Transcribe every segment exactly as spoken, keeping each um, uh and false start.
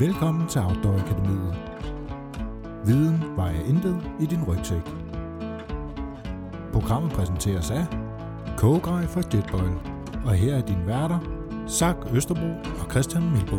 Velkommen til Outdoor Akademiet. Viden vejer intet i din rygsæk. Programmet præsenteres af Kogegrej fra Jetboil. Og her er dine værter, Zach Østerbro og Christian Milbo.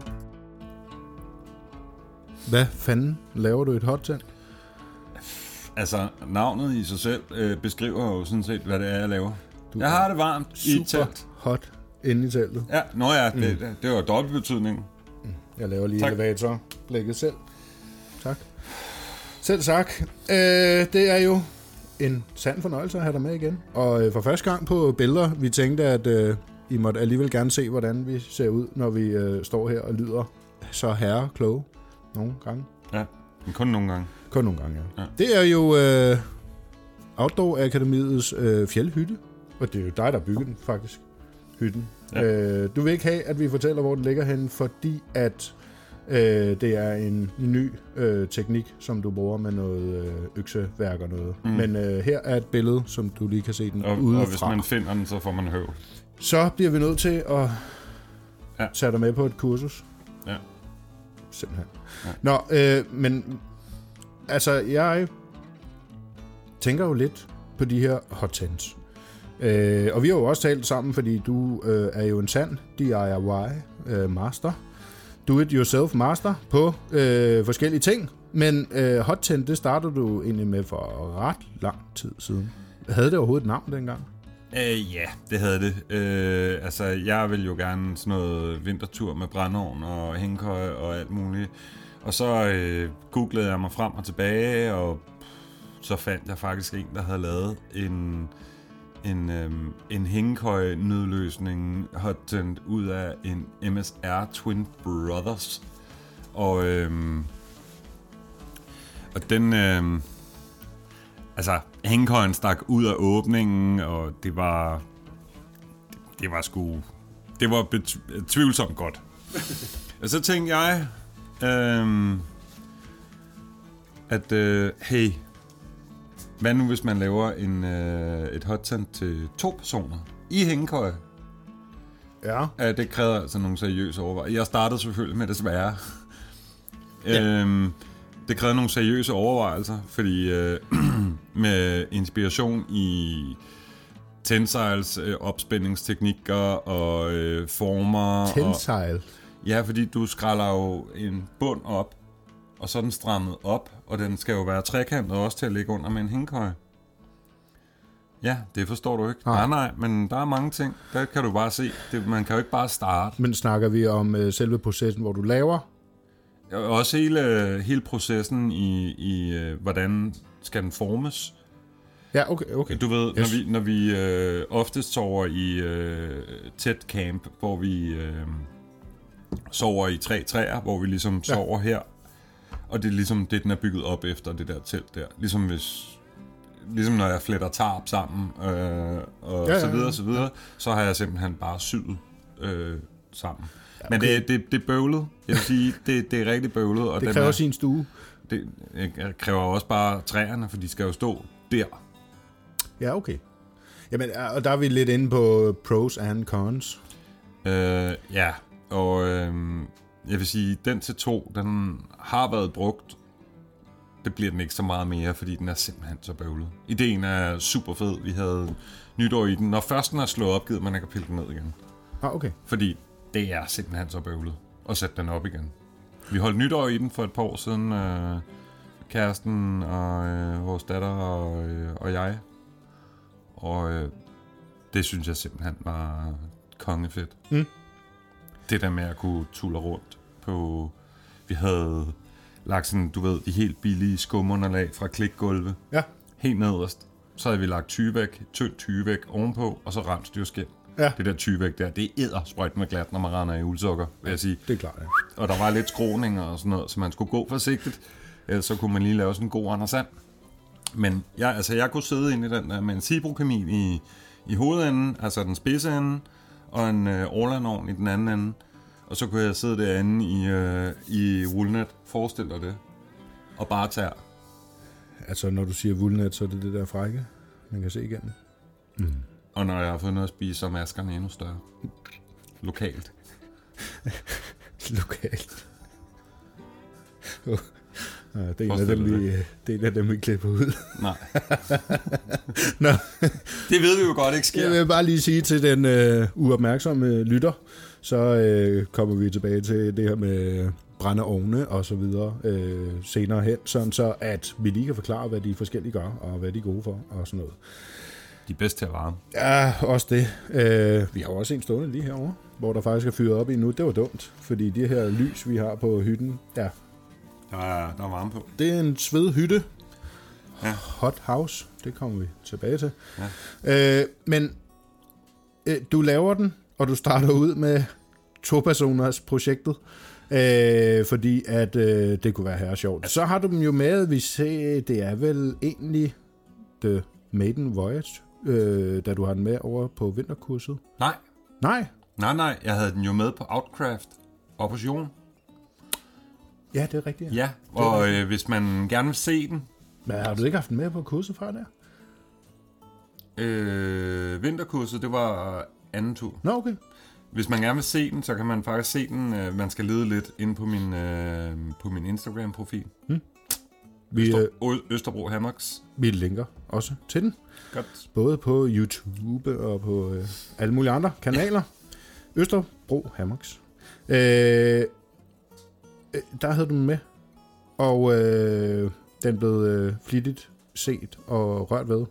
Hvad fanden laver du et hot-tent? Altså, navnet i sig selv øh, beskriver jo sådan set, hvad det er, jeg laver. Du jeg har det varmt i et telt. Hot inde i teltet. Ja, nå ja, det, mm. det, det var dobbelt betydning. Jeg laver lige elevatorblikket selv. Tak. Selv tak. Øh, det er jo en sand fornøjelse at have dig med igen. Og øh, for første gang på billeder, vi tænkte, at øh, I måtte alligevel gerne se, hvordan vi ser ud, når vi øh, står her og lyder så herrekloge. Nogle gange. Ja, men kun nogle gange. Kun nogle gange, ja. ja. Det er jo øh, Outdoor Akademiets øh, fjeldhytte. Og det er jo dig, der bygger den, faktisk. Hytten. Ja. Øh, du vil ikke have, at vi fortæller, hvor den ligger hen, fordi at øh, det er en ny øh, teknik, som du bruger med noget øh, økseværk og noget. Mm. Men øh, her er et billede, som du lige kan se den og, udefra. Og hvis man finder den, så får man høv. Så bliver vi nødt til at ja. tage dig med på et kursus. Ja. Simpelthen. Ja. Nå, øh, men altså, jeg tænker jo lidt på de her hot tents. Øh, og vi har jo også talt sammen, fordi du øh, er jo en sand D I Y øh, master. Do-it-yourself master på øh, forskellige ting. Men øh, hot tent, det startede du egentlig med for ret lang tid siden. Havde det overhovedet et navn dengang? Øh, ja, det havde det. Øh, altså, jeg ville jo gerne sådan noget vintertur med brændeovn og hængekøj og alt muligt. Og så øh, googlede jeg mig frem og tilbage, og så fandt jeg faktisk en, der havde lavet en... en, øhm, en hængekøj-nødløsning hot tent ud af en M S R Twin Brothers. Og, øhm, og den... Øhm, altså, hængekøjen stak ud af åbningen, og det var... Det, det var sgu... Det var betv- tvivlsomt godt. Og så tænkte jeg... Øhm, at, øh, hey... Hvad nu, hvis man laver en, øh, et hot tent til to personer i hængekøje? Ja. Ja, det kræver altså nogle seriøse overvejelser. Jeg startede selvfølgelig med det svære. Ja. Øhm, det krævede nogle seriøse overvejelser, fordi øh, med inspiration i tensils øh, opspændingsteknikker og øh, former. Tensile? Og, ja, fordi du skræller jo en bund op, og så er den strammet op, og den skal jo være trekantet også til at ligge under med en hængekøje. Ja, det forstår du ikke. Nej, nej, men der er mange ting. Der kan du bare se. Det, man kan jo ikke bare starte. Men snakker vi om uh, selve processen, hvor du laver? Også hele, hele processen i, i uh, hvordan skal den formes. Ja, okay. okay. Du ved, yes. når vi, når vi uh, oftest sover i uh, tæt camp, hvor vi uh, sover i tre træer, hvor vi ligesom ja. sover her, og det er ligesom det, den er bygget op efter, det der telt der. Ligesom hvis... Ligesom når jeg fletter tarp sammen, øh, og ja, så videre, ja, ja. så videre, så har jeg simpelthen bare syet øh, sammen. Ja, okay. Men det, det, det er bøvlet. Jeg vil sige, det, det er rigtig bøvlet. Og det kræver sin stue. Det kræver også bare træerne, for de skal jo stå der. Ja, okay. Jamen, og der er vi lidt inde på pros and cons. Øh, ja, og øh, jeg vil sige, den til to, den har været brugt. Det bliver den ikke så meget mere, fordi den er simpelthen så bøvlet. Ideen er super fed. Vi havde nytår i den. Når først den er slået op, gider man ikke at pille den ned igen. Ah, okay. Fordi det er simpelthen så bøvlet at sætte den op igen. Vi holdt nytår i den for et par år siden. Øh, kæresten og øh, vores datter og, øh, og jeg. Og øh, det synes jeg simpelthen var kongefedt. Mm. Det der med at kunne tulle rundt på... Vi havde... lagt sådan, du ved, de helt billige skumunderlag fra klikgulve. Ja. Helt nederst. Så havde vi lagt tyvæk, tyndt tyvæk ovenpå, og så rensdyrskind. Ja. Det der tyvæk der, det er eddersprøjt med glat, når man render i uldsukker, vil jeg sige. Det er klart, ja. Og der var lidt skråninger og sådan noget, så man skulle gå forsigtigt. Ellers så kunne man lige lave sådan en god Anders Sand. Men jeg, altså, jeg kunne sidde inde i den der med en Cibro-kamin i, i hovedenden, altså den spidse ende, og en øh, Orland-ovn i den anden ende. Og så kunne jeg sidde derinde i, øh, i Woolnet, forestil dig det, og bare tage. Altså, når du siger Woolnet, så er det det der frække, man kan se igennem. Mm. Og når jeg har fået noget at spise, så er maskerne endnu større. Lokalt. Lokalt. Ja, det, er en af dem, vi, det er en af dem, vi klipper ud. Nej. Nå. Det ved vi jo godt ikke sker. Jeg vil bare lige sige til den øh, uopmærksomme lytter, så øh, kommer vi tilbage til det her med brændeovne og så videre øh, senere hen, sådan så at vi lige kan forklare, hvad de forskellige gør, og hvad de er gode for, og sådan noget. De er bedst til at varme. Ja, også det. Øh, vi har jo også en stående lige herovre, hvor der faktisk er fyret op i nu. Det var dumt, fordi de her lys, vi har på hytten, ja, Der er, der er varme på. det er en svedhytte. Ja. Hot house, det kommer vi tilbage til. Ja. Øh, men øh, du laver den, og du starter ud med to-personers projektet, øh, fordi at øh, det kunne være her sjovt. Så har du dem jo med, vi ser, det er vel egentlig The Maiden Voyage, øh, da du har den med over på vinterkurset. Nej. Nej? Nej, nej. Jeg havde den jo med på Outcraft og på Sion. Ja, det er rigtigt. Ja, og øh, hvis man gerne vil se den... Men har du ikke haft den med på kurset før der? Øh, vinterkurset, det var anden tur. Nå, okay. Hvis man gerne vil se den, så kan man faktisk se den. Øh, man skal lede lidt inde på min, øh, på min Instagram-profil. Hmm. Vi, Øster, øh, Østerbro Hammocks. Vi linker også til den. Godt. Både på YouTube og på øh, alle mulige andre kanaler. Østerbro Hammocks. Øh, der havde du den med. Og øh, den blev øh, flittigt set og rørt ved.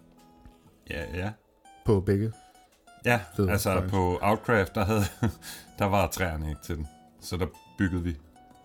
Ja, ja. På begge. Ja, Fed, altså faktisk. på Outcraft, der, havde, der var træerne ikke til den. Så der byggede vi.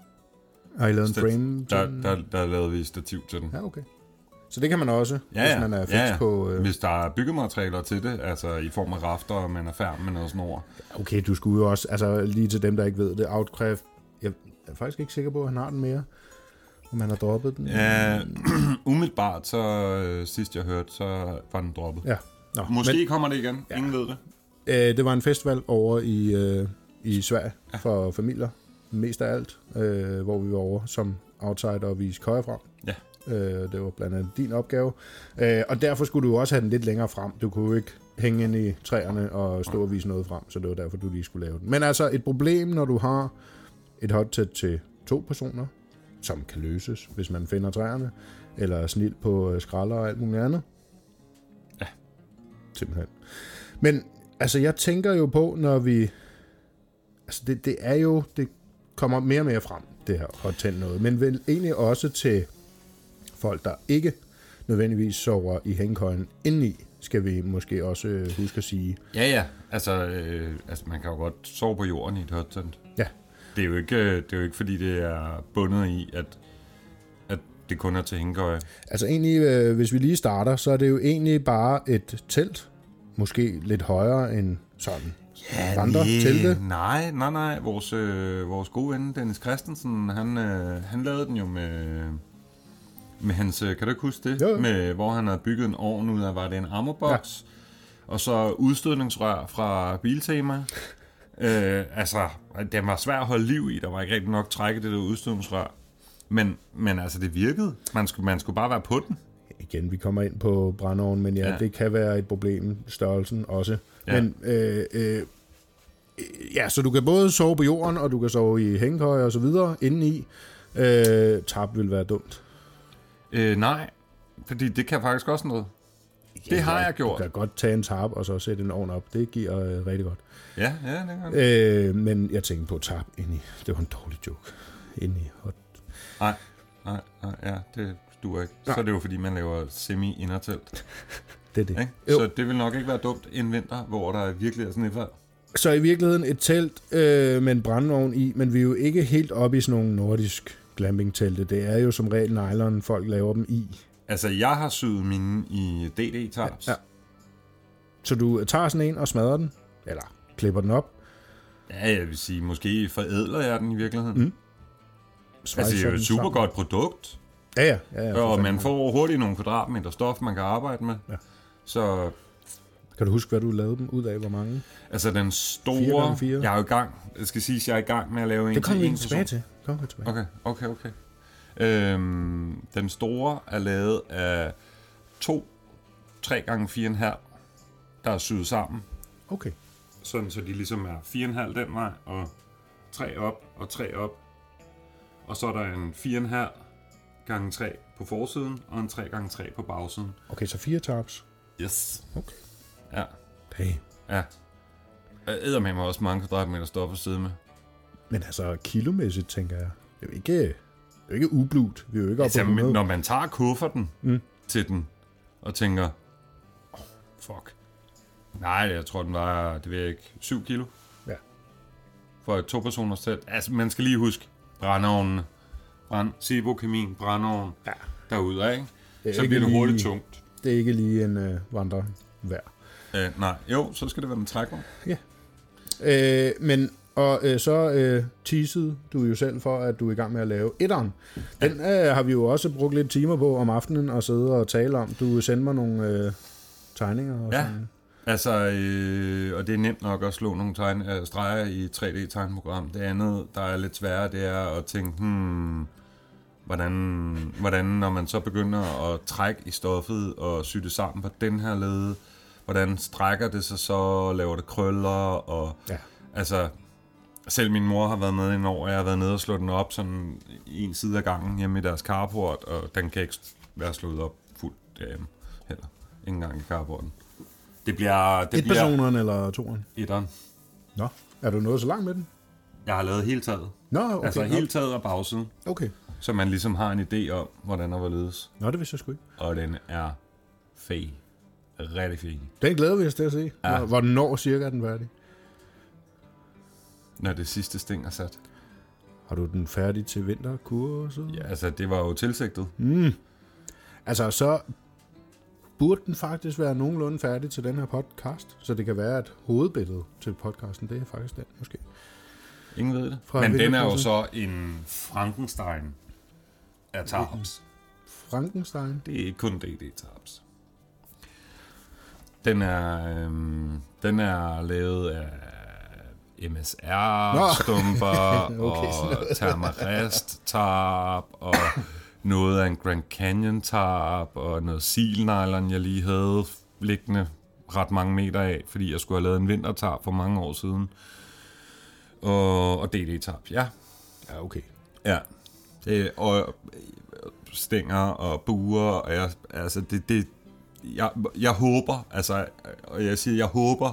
Har I lavet en Stat- frame? Der, til- der, der lavede vi stativ til den. Ja, okay. Så det kan man også, Ja, hvis ja. man er fix Ja, ja. på... Øh... Hvis der er byggematerialer til det, altså i form af rafter, og man er færdig med noget snor. Okay, du skulle jo også... Altså lige til dem, der ikke ved det. Outcraft... Jeg er faktisk ikke sikker på, at han har den mere. Om han har droppet den. Ja, umiddelbart, så øh, sidst jeg hørte, så var den droppet. Ja. Nå, Måske men, kommer det igen. Ja. Ingen ved det. øh, det var en festival over i, øh, i Sverige ja. for familier. Mest af alt. Øh, hvor vi var over som outsider og vise køjer frem. Ja. Øh, det var blandt andet din opgave. Øh, og derfor skulle du også have den lidt længere frem. Du kunne jo ikke hænge ind i træerne og stå og vise noget frem, så det var derfor, du lige skulle lave den. Men altså, et problem, når du har et hotsæt til to personer, som kan løses, hvis man finder træerne, eller snil på skralder og alt muligt andet. Ja. Simpelthen. Men altså, jeg tænker jo på, når vi... Altså, det, det er jo... Det kommer mere og mere frem, det her hot noget. Men vel egentlig også til folk, der ikke nødvendigvis sover i hængekøjen indeni, skal vi måske også huske at sige. Ja, ja. Altså, øh, altså, man kan jo godt sove på jorden i et hot tent. Ja. Det er jo ikke, det er jo ikke fordi det er bundet i, at, at det kun er til hængekøje. Altså egentlig, øh, hvis vi lige starter, så er det jo egentlig bare et telt. Måske lidt højere end sådan Ja, andre telte. Nej, nej, nej. Vores, øh, vores gode ven, Dennis Christensen, han, øh, han lavede den jo med, med hans, kan du ikke huske det? Jo, jo. Med, hvor han havde bygget en ovn ud af, var det en armorbox, ja. Og så udstødningsrør fra Biltema. øh, altså, den var svær at holde liv i, der var ikke rigtig nok træk i det der udstødningsrør. Men, men altså, det virkede. Man skulle, man skulle bare være på den. Igen, vi kommer ind på brændeovnen, men ja, ja, det kan være et problem, størrelsen også. Ja. Men øh, øh, ja, så du kan både sove på jorden, og du kan sove i hængekøje og så videre indeni. Øh, tab vil være dumt. Øh, nej, fordi det kan faktisk også noget. Ja, det har jeg gjort. Du kan godt tage en tab og så sætte en ovn op. Det giver øh, rigtig godt. Ja, ja, det kan det. Øh, men jeg tænkte på tab indeni. Det var en dårlig joke. Indeni. Hot. Nej, nej, nej, ja, det duer ikke. Nej. Så er det jo, fordi man laver semi-indertelt. Det er det. Ikke? Så det vil nok ikke være dumt en vinter, hvor der virkelig er sådan et fald. Så i virkeligheden et telt øh, med en brændeovn i, men vi er jo ikke helt oppe i sådan nogle nordisk glamping-telte. Det er jo som regel nylon, folk laver dem i. Altså, jeg har syet mine i D D-tarps. Ja, ja. Så du tager sådan en og smadrer den, eller klipper den op. Ja, jeg vil sige, måske forædler jeg den i virkeligheden. Mm. Altså, det er jo et super sammen. Godt produkt. Ja, ja. ja, ja og man får hurtigt nogle kvadratmeter stof, man kan arbejde med. Ja. Så... Kan du huske, hvad du lavede dem ud af? Hvor mange? Altså, den store... fire jeg er jo i gang. Jeg skal sige, at jeg er i gang med at lave en det til en person. Det kommer vi tilbage til. Kom tilbage. Okay, okay, okay. Øhm, den store er lavet af to, tre gange fire og en halv, der er syet sammen. Okay. Sådan, så de ligesom er fire og en halv den vej, og tre op, og tre op. og så er der en fire komma fem gange tre på forsiden, og en tre gange tre på bagsiden. Okay, så fire tarps. Yes. Okay. Ja. Hey. Ja. Jeg æder med mig også mange kvadratmeter stof at sidde med. Men altså, kilomæssigt, tænker jeg, det er jo ikke, det er jo ikke ublut. Vi er jo ikke altså, oppe på hundrede. når man tager kufferten mm. til den, og tænker, oh, fuck. Nej, jeg tror, den var, det ved jeg ikke, syv kilo. Ja. For et to-personers telt. Altså, man skal lige huske, brændeovnene. Brand, Sebo-kemin, brændeovn. Ja. Derude, ikke? Det så bliver det hurtigt lige, tungt. Det er ikke lige en øh, vandre værd. Øh, nej, jo, så skal det være en trækvogn. Ja. Øh, men, og øh, så øh, teasede du jo selv for, at du er i gang med at lave etteren. Den øh, har vi jo også brugt lidt timer på om aftenen at sidde og tale om. Du sendte mig nogle øh, tegninger og ja. sådan. Altså, øh, og det er nemt nok at slå nogle tegn, øh, streger i tre D-tegnprogram. Det andet, der er lidt sværere, det er at tænke, hmm, hvordan, hvordan når man så begynder at trække i stoffet og sy det sammen på den her led, hvordan strækker det sig så, laver det krøller, og ja. Altså, selv min mor har været med i en år, og jeg har været nede og slå den op sådan en side af gangen hjemme i deres carport, og den kan ikke være slået op fuldt derhjemme heller. Ingen gang i carporten. Det bliver... Det Et bliver personeren eller toeren? Etteren. Nå, er du nået så langt med den? Jeg har lavet hele taget. Nå, okay. Altså hele taget og bagsiden. Okay. Så man ligesom har en idé om, hvordan der var ledes. Nå, det vidste jeg sgu ikke. Og den er fed. Rigtig fed. Den glæder vi os til at se. Ja. Hvornår cirka er den færdig? Når det sidste sting er sat. Har du den færdig til vinterkurset? Ja, altså det var jo tilsigtet. Mm. Altså så burde den faktisk være nogenlunde færdig til den her podcast, så det kan være et hovedbillede til podcasten. Det er faktisk den, måske. Ingen ved det. Fra Men den er jo så en Frankenstein af tarps. Frankenstein? Det er ikke kun D D-tarps. Den er, øhm, den er lavet af M S R-stumper okay, og Thermarest-tarp og noget af en Grand Canyon-tarp og noget silnylon, jeg lige havde liggende ret mange meter af, fordi jeg skulle have lavet en vintertarp for mange år siden. Og, og D D-tarp, ja. Ja, okay. Ja. Det, og stænger og buer, og jeg, altså det, det jeg, jeg håber, altså, og jeg siger, jeg håber,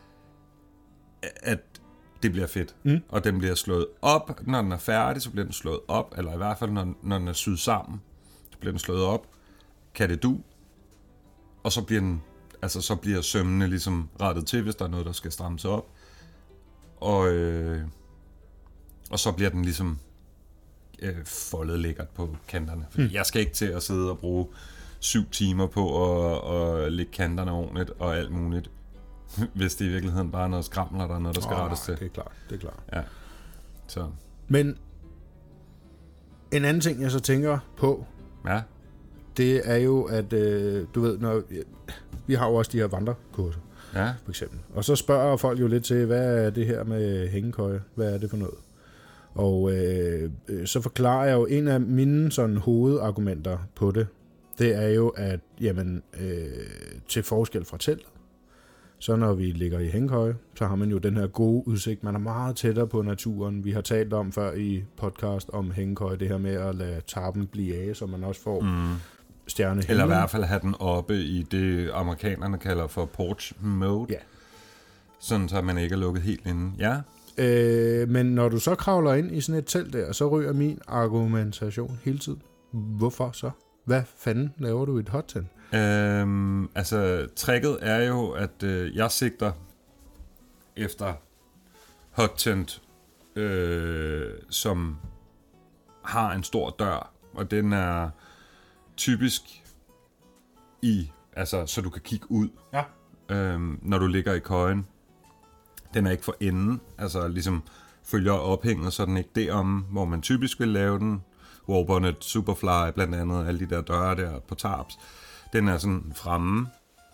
at det bliver fedt. Mm. Og den bliver slået op, når den er færdig, så bliver den slået op, eller i hvert fald, når, når den er syet sammen, så bliver den slået op. Kan det du? Og så bliver den, altså så bliver sømmene ligesom rettet til, hvis der er noget, der skal strammes op. Og, øh, og så bliver den ligesom øh, foldet lækkert på kanterne. Fordi mm. jeg skal ikke til at sidde og bruge syv timer på at, at lægge kanterne ordentligt og alt muligt, hvis det i virkeligheden bare er noget skramler, der er noget, der skal oh, rettes til. Det er klart, det er klart. Ja. Så. Men en anden ting, jeg så tænker på, ja. det er jo, at øh, du ved, når vi har jo også de her vandrekurser, ja. for eksempel. Og så spørger folk jo lidt til, hvad er det her med hængekøje? Hvad er det for noget? Og øh, så forklarer jeg jo, en af mine sådan hovedargumenter på det, det er jo, at jamen, øh, til forskel fra teltet, så når vi ligger i hængekøje, så har man jo den her gode udsigt. Man er meget tættere på naturen. Vi har talt om før i podcast om hængekøje, det her med at lade tarpen blive af, så man også får mm. stjernehimmel. Eller i hvert fald have den oppe i det, amerikanerne kalder for porch mode. Ja. Sådan så man ikke er lukket helt inde. Ja. Øh, men når du så kravler ind i sådan et telt der, så ryger min argumentation hele tiden. Hvorfor så? Hvad fanden laver du i et hot tent? Øhm, altså, tricket er jo, at øh, jeg sigter efter hot tent, øh, som har en stor dør, og den er typisk i, altså, så du kan kigge ud, ja. øhm, når du ligger i køjen. Den er ikke for enden, altså ligesom følger ophænget, så den ikke derom, hvor man typisk vil lave den. Warbonnet, Superfly, blandt andet, alle de der døre der på tarps. Den er sådan fremme,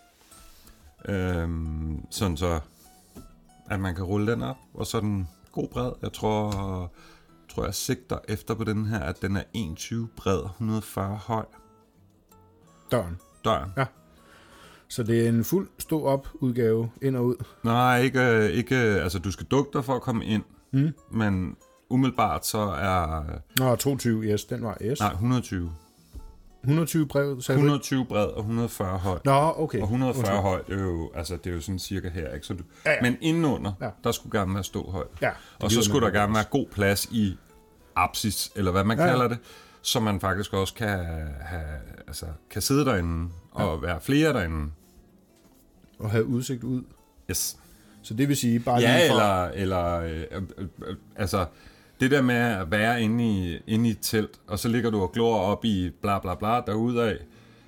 øhm, sådan så, at man kan rulle den op, og så er den god bred. Jeg tror, tror jeg sigter efter på den her, at den er en komma tyve bred, et hundrede og fyrre høj. Døren? Døren. Ja. Så det er en fuld stå-op udgave, ind og ud? Nej, ikke, ikke, altså du skal dukke dig for at komme ind, mm. men umiddelbart så er... Nå, toogtyve, yes, den var S. Nej, et hundrede og tyve. et hundrede og tyve brev, et hundrede og tyve bred og et hundrede og fyrre høj. Nå, okay. Og et hundrede og fyrre okay. høj, det er jo, altså, det er jo sådan cirka her, ikke? Så du, ja, ja. Men indenunder, ja. der skulle gerne være ståhøj. Ja, og så skulle der gerne være god plads i apsis, eller hvad man ja, kalder ja. det, så man faktisk også kan, have, altså, kan sidde derinde og ja. være flere derinde. Og have udsigt ud. Yes. Så det vil sige bare ja, lige for... eller, eller øh, øh, øh, altså, det der med at være inde i, inde i et telt, og så ligger du og glor op i bla bla bla derudad,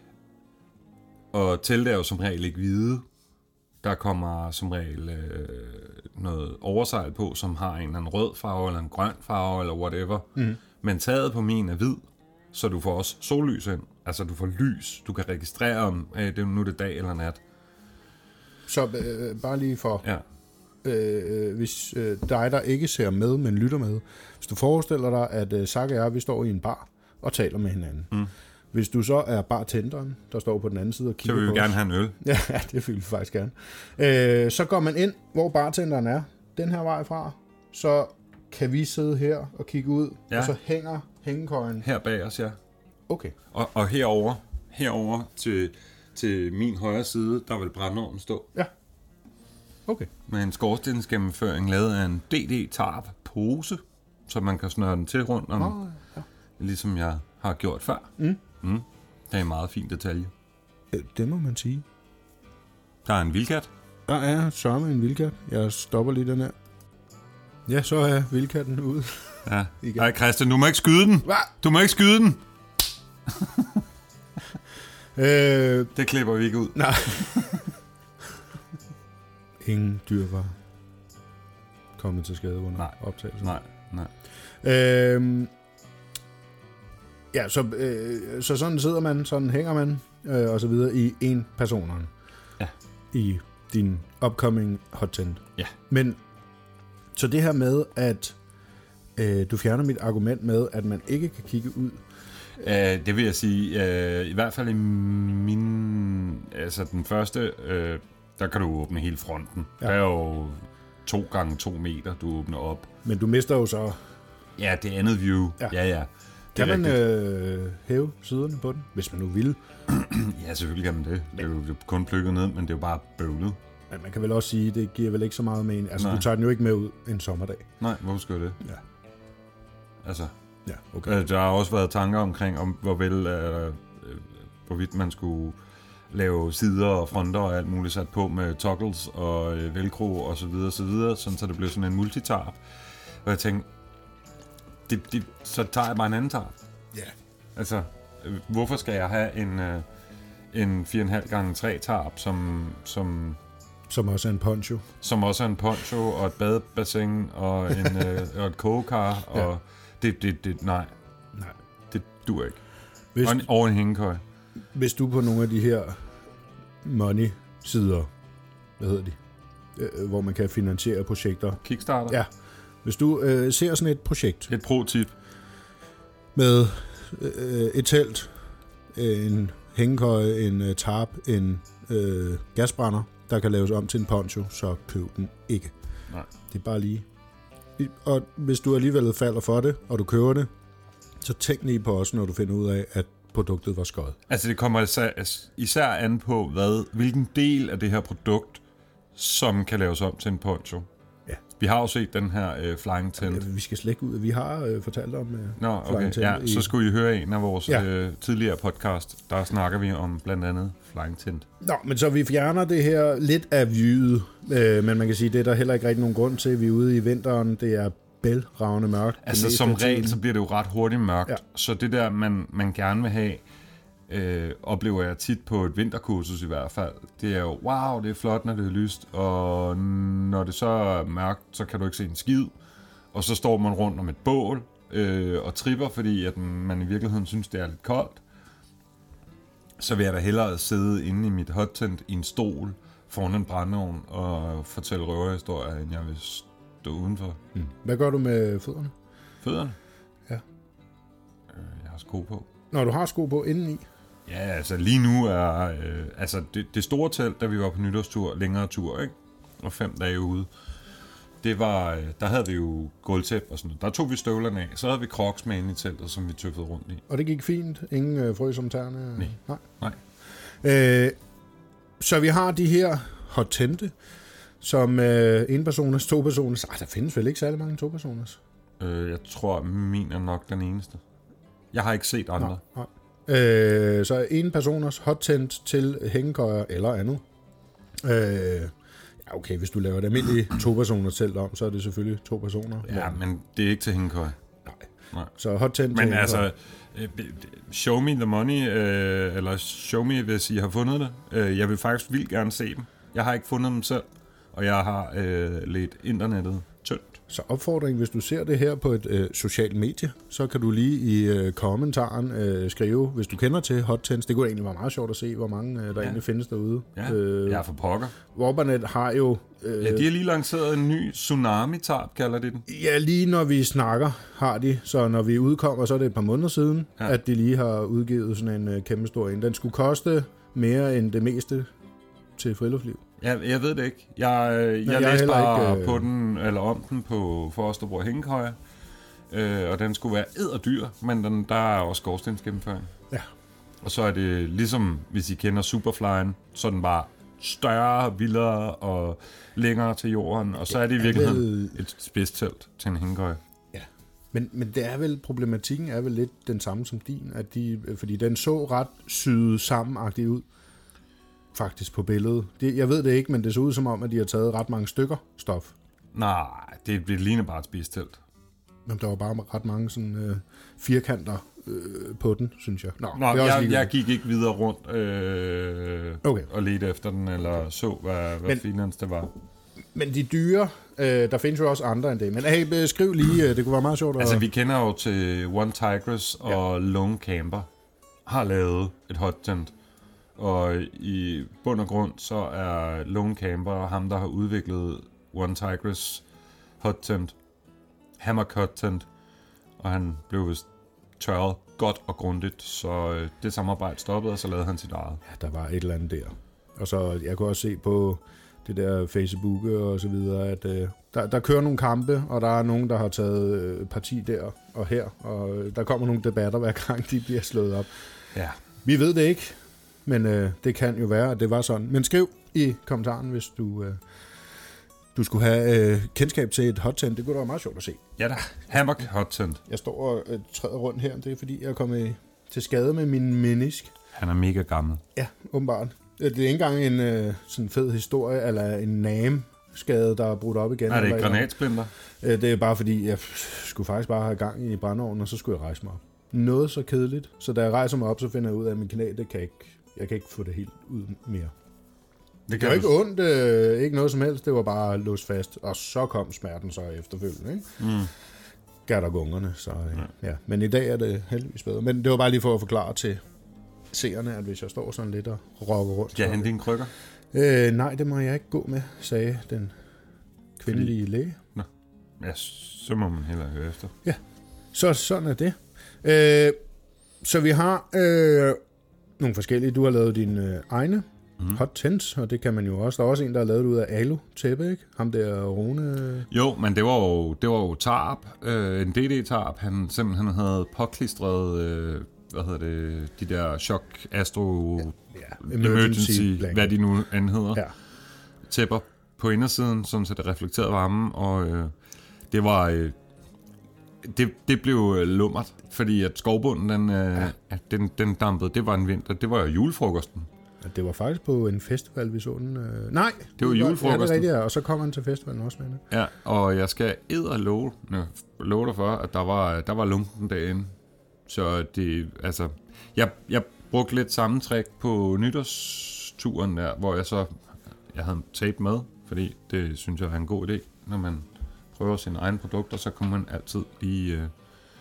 og teltet er jo som regel ikke hvide. Der kommer som regel øh, noget oversejl på, som har en eller anden rød farve, eller en grøn farve, eller whatever. Mm. Men taget på min er hvid, så du får også sollys ind. Altså du får lys. Du kan registrere om, at det er nu det er dag eller nat. Så øh, bare lige for... Ja. Øh, hvis øh, dig, der ikke ser med, men lytter med. Hvis du forestiller dig, at øh, Zach og jeg, vi står i en bar og taler med hinanden. Mm. Hvis du så er bartenderen, der står på den anden side og kigger på så vil vi os, gerne have en øl. Ja, det vil vi faktisk gerne. Øh, så går man ind, hvor bartenderen er, den her vej fra, så kan vi sidde her og kigge ud, ja. Og så hænger hængekøjen. Her bag os, ja. Okay. Og, og herover, herover til, til min højre side, der vil brændeovnen stå. Ja. Okay. Med en skorstensgennemføring lavet af en D D-tarp pose, så man kan snøre den til rundt om, oh, ja. Ligesom jeg har gjort før. Mm. Mm. Det er en meget fin detalje. Det må man sige. Der er en vildkat. Der er sørme en vildkat. Jeg stopper lige den her. Ja, så er vildkatten ude. Ja. Nej, Christian, du må ikke skyde den. Hva? Du må ikke skyde den. øh, det klipper vi ikke ud. Nej. Ingen dyr var kommet til skade under nej. optagelsen. Nej, nej. Øhm, ja, så, øh, så sådan sidder man, sådan hænger man, øh, og så videre i en personerne. Ja. I din upcoming hot tent. Ja. Men, så det her med, at øh, du fjerner mit argument med, at man ikke kan kigge ud. Uh, det vil jeg sige, uh, i hvert fald i min, altså den første, uh, der kan du åbne hele fronten. Ja. Der er jo to gange to meter, du åbner op. Men du mister jo så... Ja, det andet view. Ja, ja. ja. Kan man øh, hæve siderne på den, hvis man nu vil? Ja, selvfølgelig kan man det. Det er jo kun plukket ned, men det er jo bare bøvlet. Men man kan vel også sige, det giver vel ikke så meget mening. Altså, nej. Du tager den jo ikke med ud en sommerdag. Nej, hvorfor skal det? Ja. Altså, ja, okay. Der har også været tanker omkring, om hvor vel, øh, hvorvidt man skulle lave sider og fronter og alt muligt sat på med toggles og øh, velcro og så videre, så videre, sådan så det blev sådan en multitarp. Og jeg tænkte, det, det, så tager jeg bare en anden tarp. Ja. Yeah. Altså, øh, hvorfor skal jeg have en, øh, en fire komma fem gange tre tarp, som, som... Som også er en poncho. Som også er en poncho og et badebassin og, en, øh, og et kogekar, og ja. det, det, det, nej. Nej. Det dur ikke. Hvis, og, en, og en hængekøj. Hvis du på nogle af de her money-sider, hvad hedder de, øh, hvor man kan finansiere projekter. Kickstarter? Ja. Hvis du øh, ser sådan et projekt. Et pro-tip. Med øh, et telt, en hængekøje, en øh, tarp, en øh, gasbrænder, der kan laves om til en poncho, så køb den ikke. Nej. Det er bare lige. Og hvis du alligevel falder for det, og du køber det, så tænk lige på os, når du finder ud af, at produktet var skøjet. Altså det kommer især, især an på, hvad, hvilken del af det her produkt, som kan laves om til en poncho. Ja. Vi har jo set den her øh, flying tent. Ja, vi skal slet ikke ud. Vi har øh, fortalt om øh, Nå, flying okay. tent. Ja, i... så skulle I høre en af vores ja. øh, tidligere podcast. Der snakker vi om blandt andet flying tent. Nå, men så vi fjerner det her lidt af viewet, øh, men man kan sige, det er der heller ikke rigtig nogen grund til. Vi er ude i vinteren, det er bælragende mørkt. Altså som regel, så bliver det jo ret hurtigt mørkt. Ja. Så det der, man, man gerne vil have, øh, oplever jeg tit på et vinterkursus i hvert fald. Det er jo, wow, det er flot, når det er lyst, og når det så er mørkt, så kan du ikke se en skid. Og så står man rundt om et bål øh, og tripper, fordi at man i virkeligheden synes, det er lidt koldt. Så vil jeg da hellere sidde inde i mit hot tent i en stol foran en brændeovn og fortælle røverhistorier, end jeg vil stå udenfor. Mm. Hvad gør du med fødderne? Fødderne? Ja. Øh, jeg har sko på. Når du har sko på indeni? Ja, altså lige nu er øh, altså det, det store telt, da vi var på nytårstur, længere tur, ikke? Og fem dage ude. det var, der havde vi jo gulvtæp og sådan noget. Der tog vi støvlerne af. Så havde vi Crocs med inde i teltet, som vi tøffede rundt i. Og det gik fint? Ingen øh, frøs om tæerne? Nej. Nej. Nej. Øh, så vi har de her hot-tente, som øh, en-personers, to-personers... Ah, der findes vel ikke særlig mange to-personers? Øh, jeg tror, min er nok den eneste. Jeg har ikke set andre. Nej, nej. Øh, så en-personers hot-tent til hængekøjer eller andet. Øh, ja, okay, hvis du laver et almindeligt to-personers telt om, så er det selvfølgelig to personer. Ja, men det er ikke til hængekøjer. Nej. Nej. Så hot-tent til Men altså, show me the money, øh, eller show me, hvis I har fundet det. Øh, jeg vil faktisk vildt gerne se dem. Jeg har ikke fundet dem selv, og jeg har øh, lidt internettet tyndt. Så opfordring, hvis du ser det her på et øh, socialt medie, så kan du lige i øh, kommentaren øh, skrive, hvis du kender til hot-tents. Det kunne egentlig være meget sjovt at se, hvor mange øh, der ja. egentlig findes derude. Ja, øh, jeg er for pokker. Warbernet har jo... Øh, ja, de har lige lanceret en ny tsunami-tarp, kalder de den. Ja, lige når vi snakker, har de. Så når vi udkommer, så er det et par måneder siden, ja. at de lige har udgivet sådan en øh, kæmpe stor en. Den skulle koste mere end det meste til friluftsliv. Jeg, jeg ved det ikke. Jeg, jeg, jeg læste bare ikke, øh... på den, eller om den på Forsterbro Hængekøjer, øh, og den skulle være edderdyr, men den, der er også skorstensgennemføring. Ja. Og så er det ligesom, hvis I kender Superflyen, så er den bare større, vildere og længere til jorden, og så er det i virkeligheden vel... et spidstelt til en hængekøje. Ja, men, men det er vel, problematikken er vel lidt den samme som din, at de, fordi den så ret syet sammenagtigt ud. Faktisk på billedet. Det, jeg ved det ikke, men det så ud som om, at de har taget ret mange stykker stof. Nej, det, det ligner bare et spidstelt. Men der var bare ret mange sådan øh, firkanter øh, på den, synes jeg. Nå, Nå det er jeg, også jeg gik ikke videre rundt øh, okay. og ledte efter den, eller så, hvad, hvad finans det var. Men de dyre, øh, der findes jo også andre end det. Men hey, skriv lige, det kunne være meget sjovt. At... Altså, vi kender jo til One Tigress og ja. Lone Camper har lavet et hot tent. Og i bund og grund, så er Lone Camper ham, der har udviklet One Tigress hot tent, hammock hot tent, og han blev vist tørret godt og grundigt, så det samarbejde stoppede, og så lavede han sit eget. Ja, der var et eller andet der. Og så, jeg kunne også se på det der Facebook og så videre, at øh, der, der kører nogle kampe, og der er nogen, der har taget øh, parti der og her, og der kommer nogle debatter, hver gang de bliver slået op. Ja. Vi ved det ikke. Men øh, det kan jo være, at det var sådan. Men skriv i kommentaren, hvis du, øh, du skulle have øh, kendskab til et hot tent. Det kunne da være meget sjovt at se. Ja da, hammock hot tent. Jeg står og øh, træder rundt her. Det er fordi, jeg er kommet til skade med min menisk. Han er mega gammel. Ja, åbenbart. Det er ikke engang en øh, sådan fed historie, eller en name-skade, der er brudt op igen. Nej, det er granatsplinter. Øh, det er bare fordi, jeg skulle faktisk bare have gang i brændeovnen, og så skulle jeg rejse mig op. Noget så kedeligt. Så da jeg rejser mig op, så finder jeg ud af, at min knæ, det kan ikke... Jeg kan ikke få det helt ud mere. Det gør ikke du... ondt, øh, ikke noget som helst. Det var bare låst fast. Og så kom smerten så efterfølgende. Ikke? Mm. Gærdergungerne. Så, ja. Ja. Men i dag er det heldigvis bedre. Men det var bare lige for at forklare til seerne, at hvis jeg står sådan lidt og rokker rundt... Skal jeg hente dine krykker? Øh, nej, det må jeg ikke gå med, sagde den kvindelige Fordi... læge. Nå. Ja, så må man hellere høre efter. Ja, så sådan er det. Øh, så vi har... Øh, nogle forskellige. Du har lavet dine øh, egne mm. hot tents, og det kan man jo også. Der er også en, der har lavet det ud af alu-tæppe, ikke? Ham der Rune... Jo, men det var jo, det var jo tarp, øh, en D D-tarp. Han simpelthen havde påklistret, øh, hvad hedder det, de der Shock Astro ja, ja. Emergency, emergency hvad de nu end hedder, ja. Tæpper på indersiden, sådan så det reflekterede varmen, og øh, det var... Øh, Det, det blev lummert, fordi at skovbunden, den, ja. den, den dampede. Det var en vinter. Det var jo julefrokosten. Ja, det var faktisk på en festival, vi så den. Øh, nej, det var julefrokosten. Ja, det er rigtigt, og så kom han til festivalen også med det. Ja, og jeg skal edder love, love dig for, at der var, der var lunken derinde. Så det, altså... Jeg, jeg brugte lidt samme trick på nytårsturen der, hvor jeg så... Jeg havde tape med, fordi det synes jeg er en god idé, når man... prøver sine egne produkter, så kan man altid lige, øh,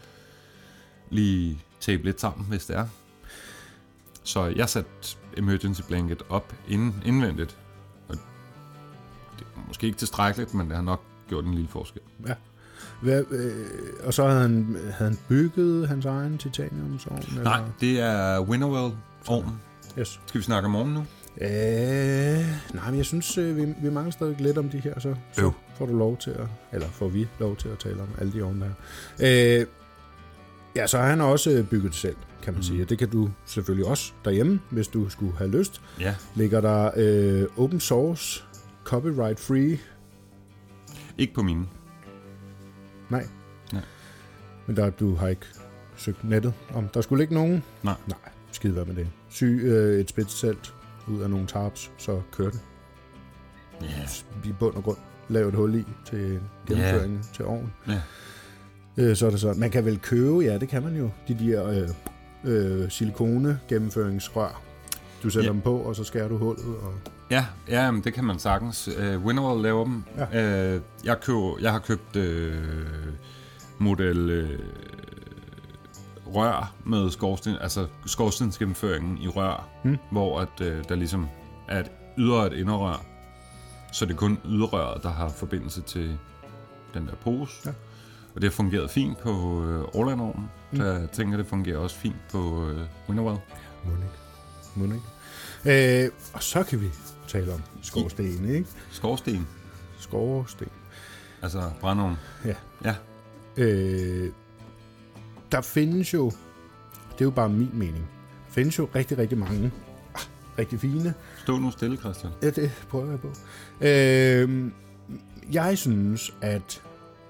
lige tape lidt sammen, hvis det er. Så jeg satte emergency blanket op inden, indvendigt. Og det er måske ikke tilstrækkeligt, men det har nok gjort en lille forskel. Ja. Hvad, øh, og så havde han, havde han bygget hans egen titaniumsovn? Nej, eller? Det er Winterwell-ovnen. Yes. Skal vi snakke om ovnen nu? Øh, nej, men jeg synes, øh, vi, vi mangler stadig lidt om de her, så, så Jo. får du lov til at, eller får vi lov til at tale om alle de ovne der. Øh, ja, så har han også bygget det selv, kan man mm. sige. Det kan du selvfølgelig også derhjemme, hvis du skulle have lyst. Ja. Ligger der øh, open source, copyright free? Ikke på mine. Nej. Nej. Men der, du har ikke søgt nettet om. Der skulle ikke nogen? Nej. Nej, skide hvad med det. Sy øh, et spidstelt ud af nogle tarps, så kør den. Ja. Yeah. I bund og grund. Lav et hul i til gennemføringen yeah. til ovnen. Ja. Øh, så er det så. Man kan vel købe, ja, det kan man jo, de der øh, øh, silikone gennemføringsrør. Du sætter yeah. dem på, og så skærer du hullet. Og... Ja, ja, men det kan man sagtens. Uh, Winnowill laver dem. Ja. Uh, jeg, køb, jeg har købt uh, model uh, rør med skorsten, altså skorstensgennemføringen i rør, hmm. hvor at, uh, der ligesom er et ydre og et inderrør. Så det er kun yderrøret, der har forbindelse til den der pose. Ja. Og det har fungeret fint på uh, Orland-ovnen. Hmm. Så jeg tænker, det fungerer også fint på uh, Winnowill. Monik. Monik. Øh, og så kan vi tale om skorsten, ikke? Skorsten. Skorsten. Altså brændeovn. Ja. Ja. Øh, der findes jo, det er jo bare min mening, der findes jo rigtig, rigtig mange, ah, rigtig fine. Stå nu stille, Christian. Ja, det prøver jeg på. Øh, jeg synes, at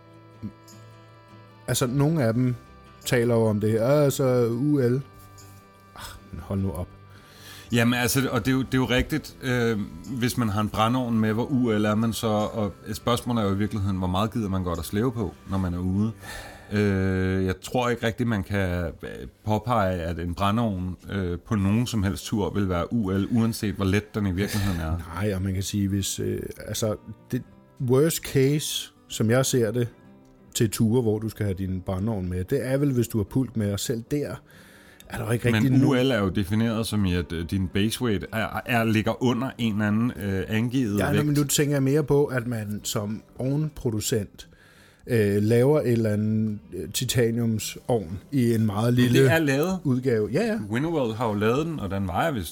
altså nogle af dem taler jo om det her, altså U L. Ah, men hold nu op. Jamen altså, og det er jo, det er jo rigtigt, øh, hvis man har en brændeovn med, hvor U L er man så, og spørgsmålet er jo i virkeligheden, hvor meget gider man godt at slæve på, når man er ude. Øh, jeg tror ikke rigtigt, man kan påpege, at en brændeovn øh, på nogen som helst tur vil være U L, uanset hvor let den i virkeligheden er. Nej, og man kan sige, hvis, øh, altså, det worst case, som jeg ser det, til ture, hvor du skal have din brændeovn med, det er vel, hvis du har pulk med, og selv der er der ikke rigtig. Men U L er jo defineret som i, at din base weight er, er, ligger under en eller anden øh, angivet ja, vægt. Men nu tænker jeg mere på, at man som ovnproducent øh, laver et eller andet titaniumsovn i en meget lille det er lavet. Udgave. Ja, ja. Winnowill har jo lavet den, og den vejer vist,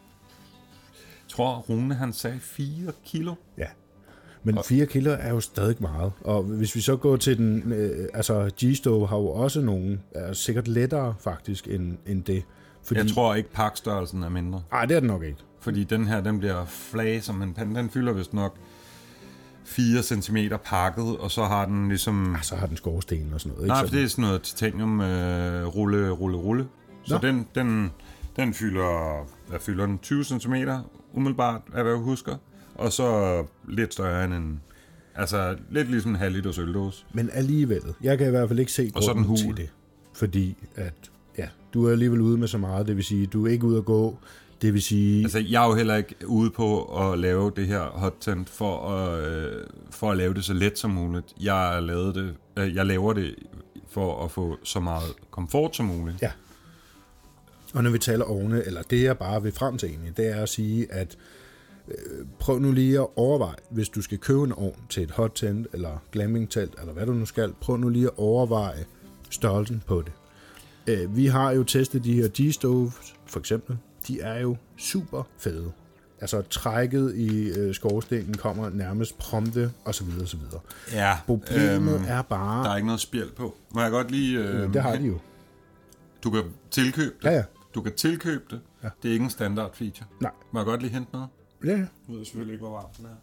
jeg tror Rune han sagde fire kilo. Ja. Men fire kilo er jo stadig meget. Og hvis vi så går til den, øh, altså G-Stove har jo også nogle, er sikkert lettere faktisk end, end det. Fordi, jeg tror ikke pakstørrelsen er mindre. Nej, det er den nok ikke. Fordi den her, den bliver flag som en pande. Den fylder vist nok fire centimeter pakket, og så har den ligesom... Ja, så har den skorsten og sådan noget. Nej, ikke? for det er sådan noget titanium øh, rulle, rulle, rulle. Så den, den, den fylder, hvad fylder den? tyve centimeter umiddelbart, af hvad jeg husker. Og så lidt større end en... Altså, lidt ligesom en halv liters øldåse. Men alligevel, jeg kan i hvert fald ikke se grunden til det. Fordi at, ja, du er alligevel ude med så meget, det vil sige, du er ikke ude at gå, det vil sige... Altså, jeg er jo heller ikke ude på at lave det her hot tent for at, øh, for at lave det så let som muligt. Jeg, lavede det, øh, jeg laver det for at få så meget komfort som muligt. Ja. Og når vi taler ovne, eller det jeg bare vil frem til egentlig, det er at sige, at prøv nu lige at overveje, hvis du skal købe en ovn til et hot tent eller glamping-telt, eller hvad du nu skal, prøv nu lige at overveje størrelsen på det. Vi har jo testet de her G-Stoves, for eksempel. De er jo super fede. Altså trækket i skorstenen kommer nærmest prompte, og så videre, og så videre. Ja, Problemet øhm, er bare... Der er ikke noget spjæld på. Må jeg godt lige... Øh, ja, det har de jo. Du kan tilkøbe det. Ja, ja. Du kan tilkøbe det. Ja. Det er ikke en standard feature. Nej. Må jeg godt lige hente noget? Ja, ja. Jeg ved selvfølgelig ikke, hvor varmt den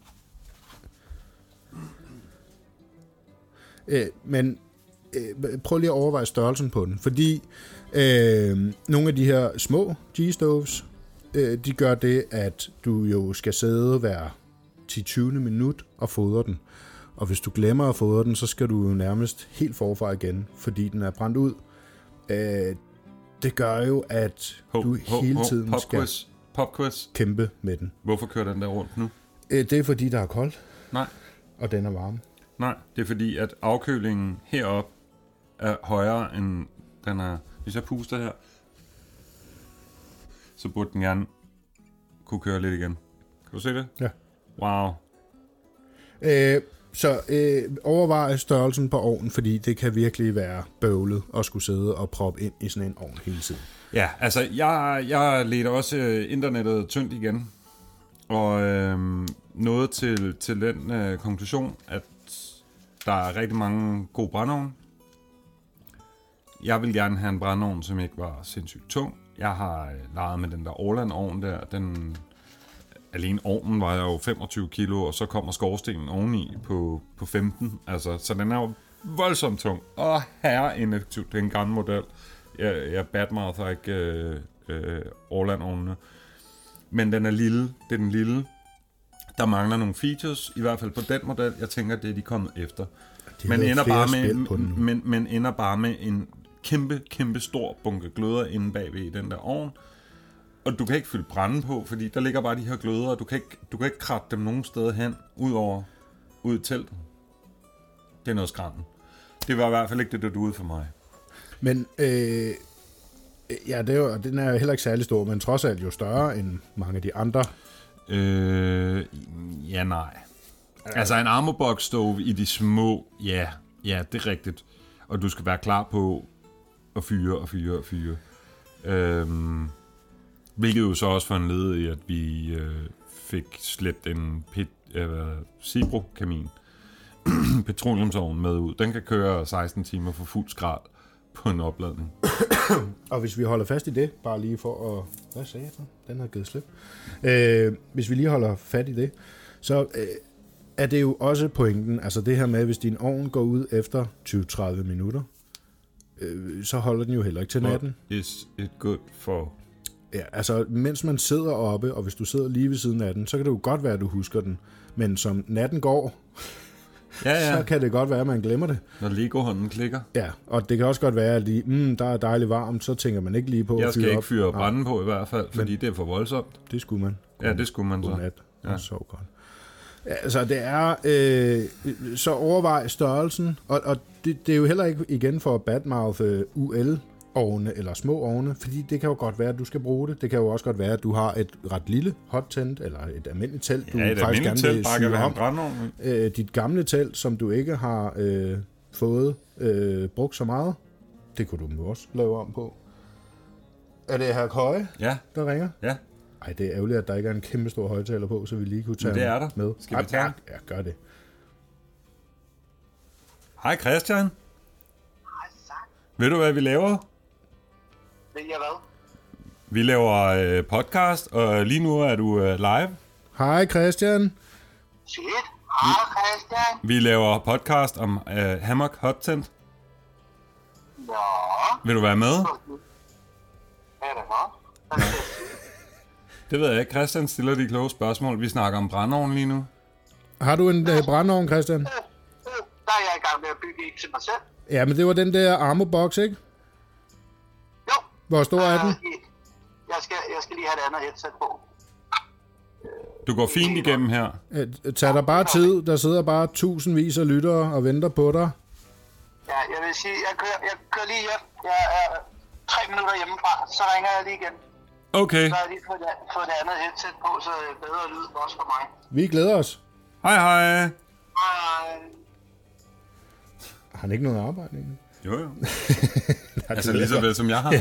er. Øh, men øh, prøv lige at overveje størrelsen på den, fordi øh, nogle af de her små G-Stoves, øh, de gør det, at du jo skal sidde hver ti til tyve minut og fodre den. Og hvis du glemmer at fodre den, så skal du jo nærmest helt forfra igen, fordi den er brændt ud. Øh, det gør jo, at ho, du ho, hele ho, tiden pop skal quiz. Pop quiz. kæmpe med den. Hvorfor kører den der rundt nu? Øh, det er fordi, der er koldt. Nej. Og den er varm. Nej, det er fordi, at afkølingen herop er højere end den er... Hvis jeg puster her, så burde den gerne kunne køre lidt igen. Kan du se det? Ja. Wow. Øh, så øh, overvej størrelsen på ovnen, fordi det kan virkelig være bøvlet at skulle sidde og proppe ind i sådan en ovn hele tiden. Ja, altså jeg, jeg ledte også internettet tyndt igen Og øh, nåede til, til den øh, konklusion, at der er rigtig mange gode brændeovne. Jeg vil gerne have en brændeovn, som ikke var sindssygt tung. Jeg har øh, leget med den der Orland-ovn der. Den, alene ovnen var jo femogtyve kilo, og så kommer skorstenen oveni på, på femten. Altså, så den er jo voldsomt tung. Og herre ineffektivt. Det er en gammel model. Jeg, jeg badmouther ikke øh, øh, Orland-ovnene. Men den er lille. Det er den lille. Der mangler nogle features, i hvert fald på den model. Jeg tænker, det er de kommet efter. De men ender, bare med, men, men, men ender bare med en kæmpe, kæmpe stor bunke gløder inde bagved i den der ovn. Og du kan ikke fylde brænde på, fordi der ligger bare de her gløder, og du kan ikke, du kan ikke kratte dem nogen steder hen, ud over ud i teltet. Det er noget skræmmende. Det var i hvert fald ikke det, der duede for mig. Men øh, ja, det er jo, den er heller ikke særlig stor, men trods alt jo større end mange af de andre. Øh, ja, nej. Altså en Armorbox stove i de små, ja, ja, det er rigtigt. Og du skal være klar på at fyre og fyre og fyre. Øhm, hvilket jo så også foranledede i, at vi øh, fik slæbt en pit, øh, Cibro-kamin, petroleumsovn med ud. Den kan køre seksten timer for fuld skrald på en opladning. Og hvis vi holder fast i det, bare lige for at... Hvad sagde jeg så? Den har givet slip. Øh, hvis vi lige holder fat i det, så øh, er det jo også pointen, altså det her med, hvis din ovn går ud efter tyve til tredive minutter, øh, så holder den jo heller ikke til natten. Is it good for... Ja, altså mens man sidder oppe, og hvis du sidder lige ved siden af den, så kan det jo godt være, at du husker den. Men som natten går... Ja, ja. Så kan det godt være, at man glemmer det. Når Lego-hånden klikker. Ja, og det kan også godt være, at de, mm, der er dejligt varmt, så tænker man ikke lige på jeg at fyre op. Jeg skal ikke fyre branden på i hvert fald, fordi Men, det er for voldsomt. Det skulle man. Ja, det skulle man så. Godnat. Ja. Så godt. Ja, altså, det er... Øh, så overvej størrelsen, og, og det, det er jo heller ikke igen for at badmouth øh, U L ovne eller små ovne, fordi det kan jo godt være, at du skal bruge det. Det kan jo også godt være, at du har et ret lille hot tent, eller et almindeligt telt, du ja, et faktisk gerne vil syge om. Øh, dit gamle telt, som du ikke har øh, fået øh, brugt så meget, det kunne du også lave om på. Er det her Køje, ja. der ringer? Ja. Ej, det er ærgerligt, at der ikke er en kæmpe stor højtaler på, så vi lige kunne tage det er der. Med. Skal vi tage? Ja, gør det. Hej Christian. Hej, tak. Ved du, hvad vi laver? Ved jeg hvad? Vi laver øh, podcast, og lige nu er du øh, live. Hej Christian. Shit. Hej Christian. Vi laver podcast om øh, Hammock Hot Tent. Nå. Vil du være med? Er det godt? Det ved jeg ikke. Christian stiller de kloge spørgsmål. Vi snakker om brændeovn lige nu. Har du en øh, brændeovn, Christian? Der er jeg i gang med at bygge en til mig selv. Ja, men det var den der Armorbox, ikke? Jo. Hvor stor er den? Jeg skal, jeg skal lige have et andet headset på. Du går fint igennem her. Tag dig bare tid. Der sidder bare tusindvis af lyttere og venter på dig. Ja, jeg vil sige, jeg kører, jeg kører lige hjem. Jeg er tre minutter hjemmefra, så ringer jeg lige igen. Okay. Så har jeg lige fået det, fået det andet headset på, så det er bedre lyd også for mig. Vi glæder os. Hej hej. Hej. Har han ikke noget arbejde egentlig? Jo jo. Altså lige så vel som jeg har.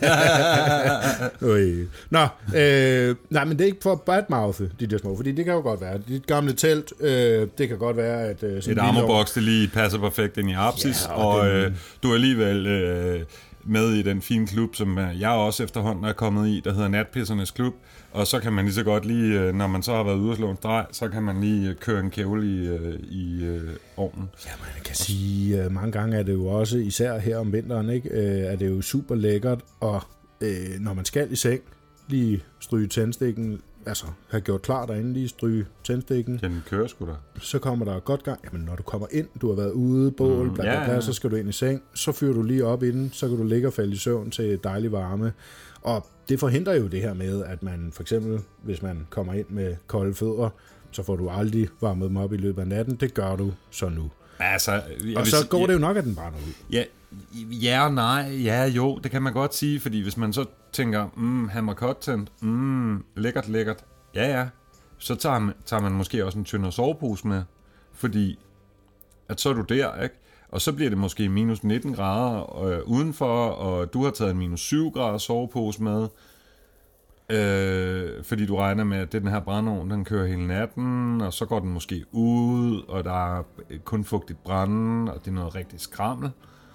Nå, øh, nej, men det er ikke for at badmouthe, de der små, fordi det kan jo godt være. Dit gamle telt, øh, det kan godt være, at... Øh, et Armorbox, det lige passer perfekt ind i apsis, ja, og, og den... øh, du er alligevel øh, med i den fine klub, som jeg også efterhånden er kommet i, der hedder Natpissernes Klub, og så kan man lige så godt lige, når man så har været ude og slå en streg, så kan man lige køre en kævle i, i øh, ovnen. Ja, man kan sige, uh, mange gange er det jo også, især her om vinteren, ikke, uh, er det jo super lækkert, og uh, når man skal i seng, lige stryge tændstikken, altså have gjort klar derinde, lige stryge tændstikken. Den kører sgu da. Så kommer der godt gang. Jamen, når du kommer ind, du har været ude, bål, mm, bla, bla, bla, ja, ja. Så skal du ind i seng, så fyrer du lige op inden, så kan du ligge og falde i søvn til dejlig varme. Og det forhindrer jo det her med, at man for eksempel, hvis man kommer ind med kolde fødder, så får du aldrig varmet dem op i løbet af natten. Det gør du så nu. Altså, og så går det jo nok, at den brænder ud. Ja, ja og nej. Ja, jo, det kan man godt sige, fordi hvis man så tænker, mm, Hammock Hot Tent, mm, lækkert, lækkert. Ja, ja. Så tager man, tager man måske også en tyndere sovepose med, fordi at så er du der, ikke? Og så bliver det måske minus nitten grader øh, udenfor, og du har taget en minus syv grader sovepose med. Øh, fordi du regner med, at den her brændeovn, den kører hele natten, og så går den måske ud, og der er kun fugtigt brænde, og det er noget rigtig skrammel.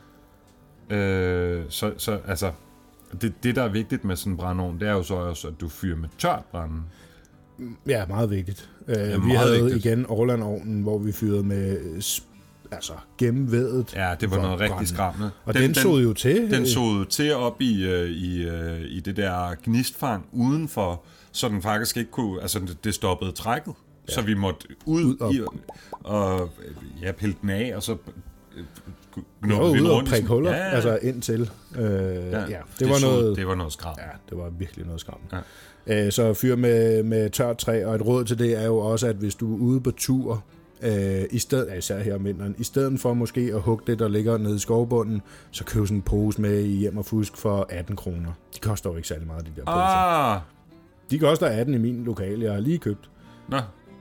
Øh, så, så altså, det, det, der er vigtigt med sådan en brændeovn, det er jo så også, at du fyrer med tørt brænde. Ja, meget vigtigt. Øh, ja, vi meget havde vigtigt. igen Orland-ovnen, hvor vi fyrede med altså gennemvædet. Ja, det var noget rigtig brænde. skrammel. Og den, den sod jo til. Den sod til op i, i, i det der gnistfang udenfor, så den faktisk ikke kunne, altså det stoppede trækket. Ja. Så vi måtte ud, ud og, i, og ja, pille den af, og så nå, vi ud og prikke huller, ja, altså indtil. Øh, ja, ja, det, det, var så, noget, det var noget skram. Ja, det var virkelig noget skram. Ja. Øh, så fyr med, med tørt træ, og et råd til det er jo også, at hvis du er ude på tur, øh, i stedet, især her om vinteren, i stedet for måske at hugge det, der ligger nede i skovbunden, så køb sådan en pose med i Hjem og Fusk for atten kroner. De koster jo ikke særlig meget, de der poser. Ah. De koster atten i min lokale, jeg har lige købt. Nå.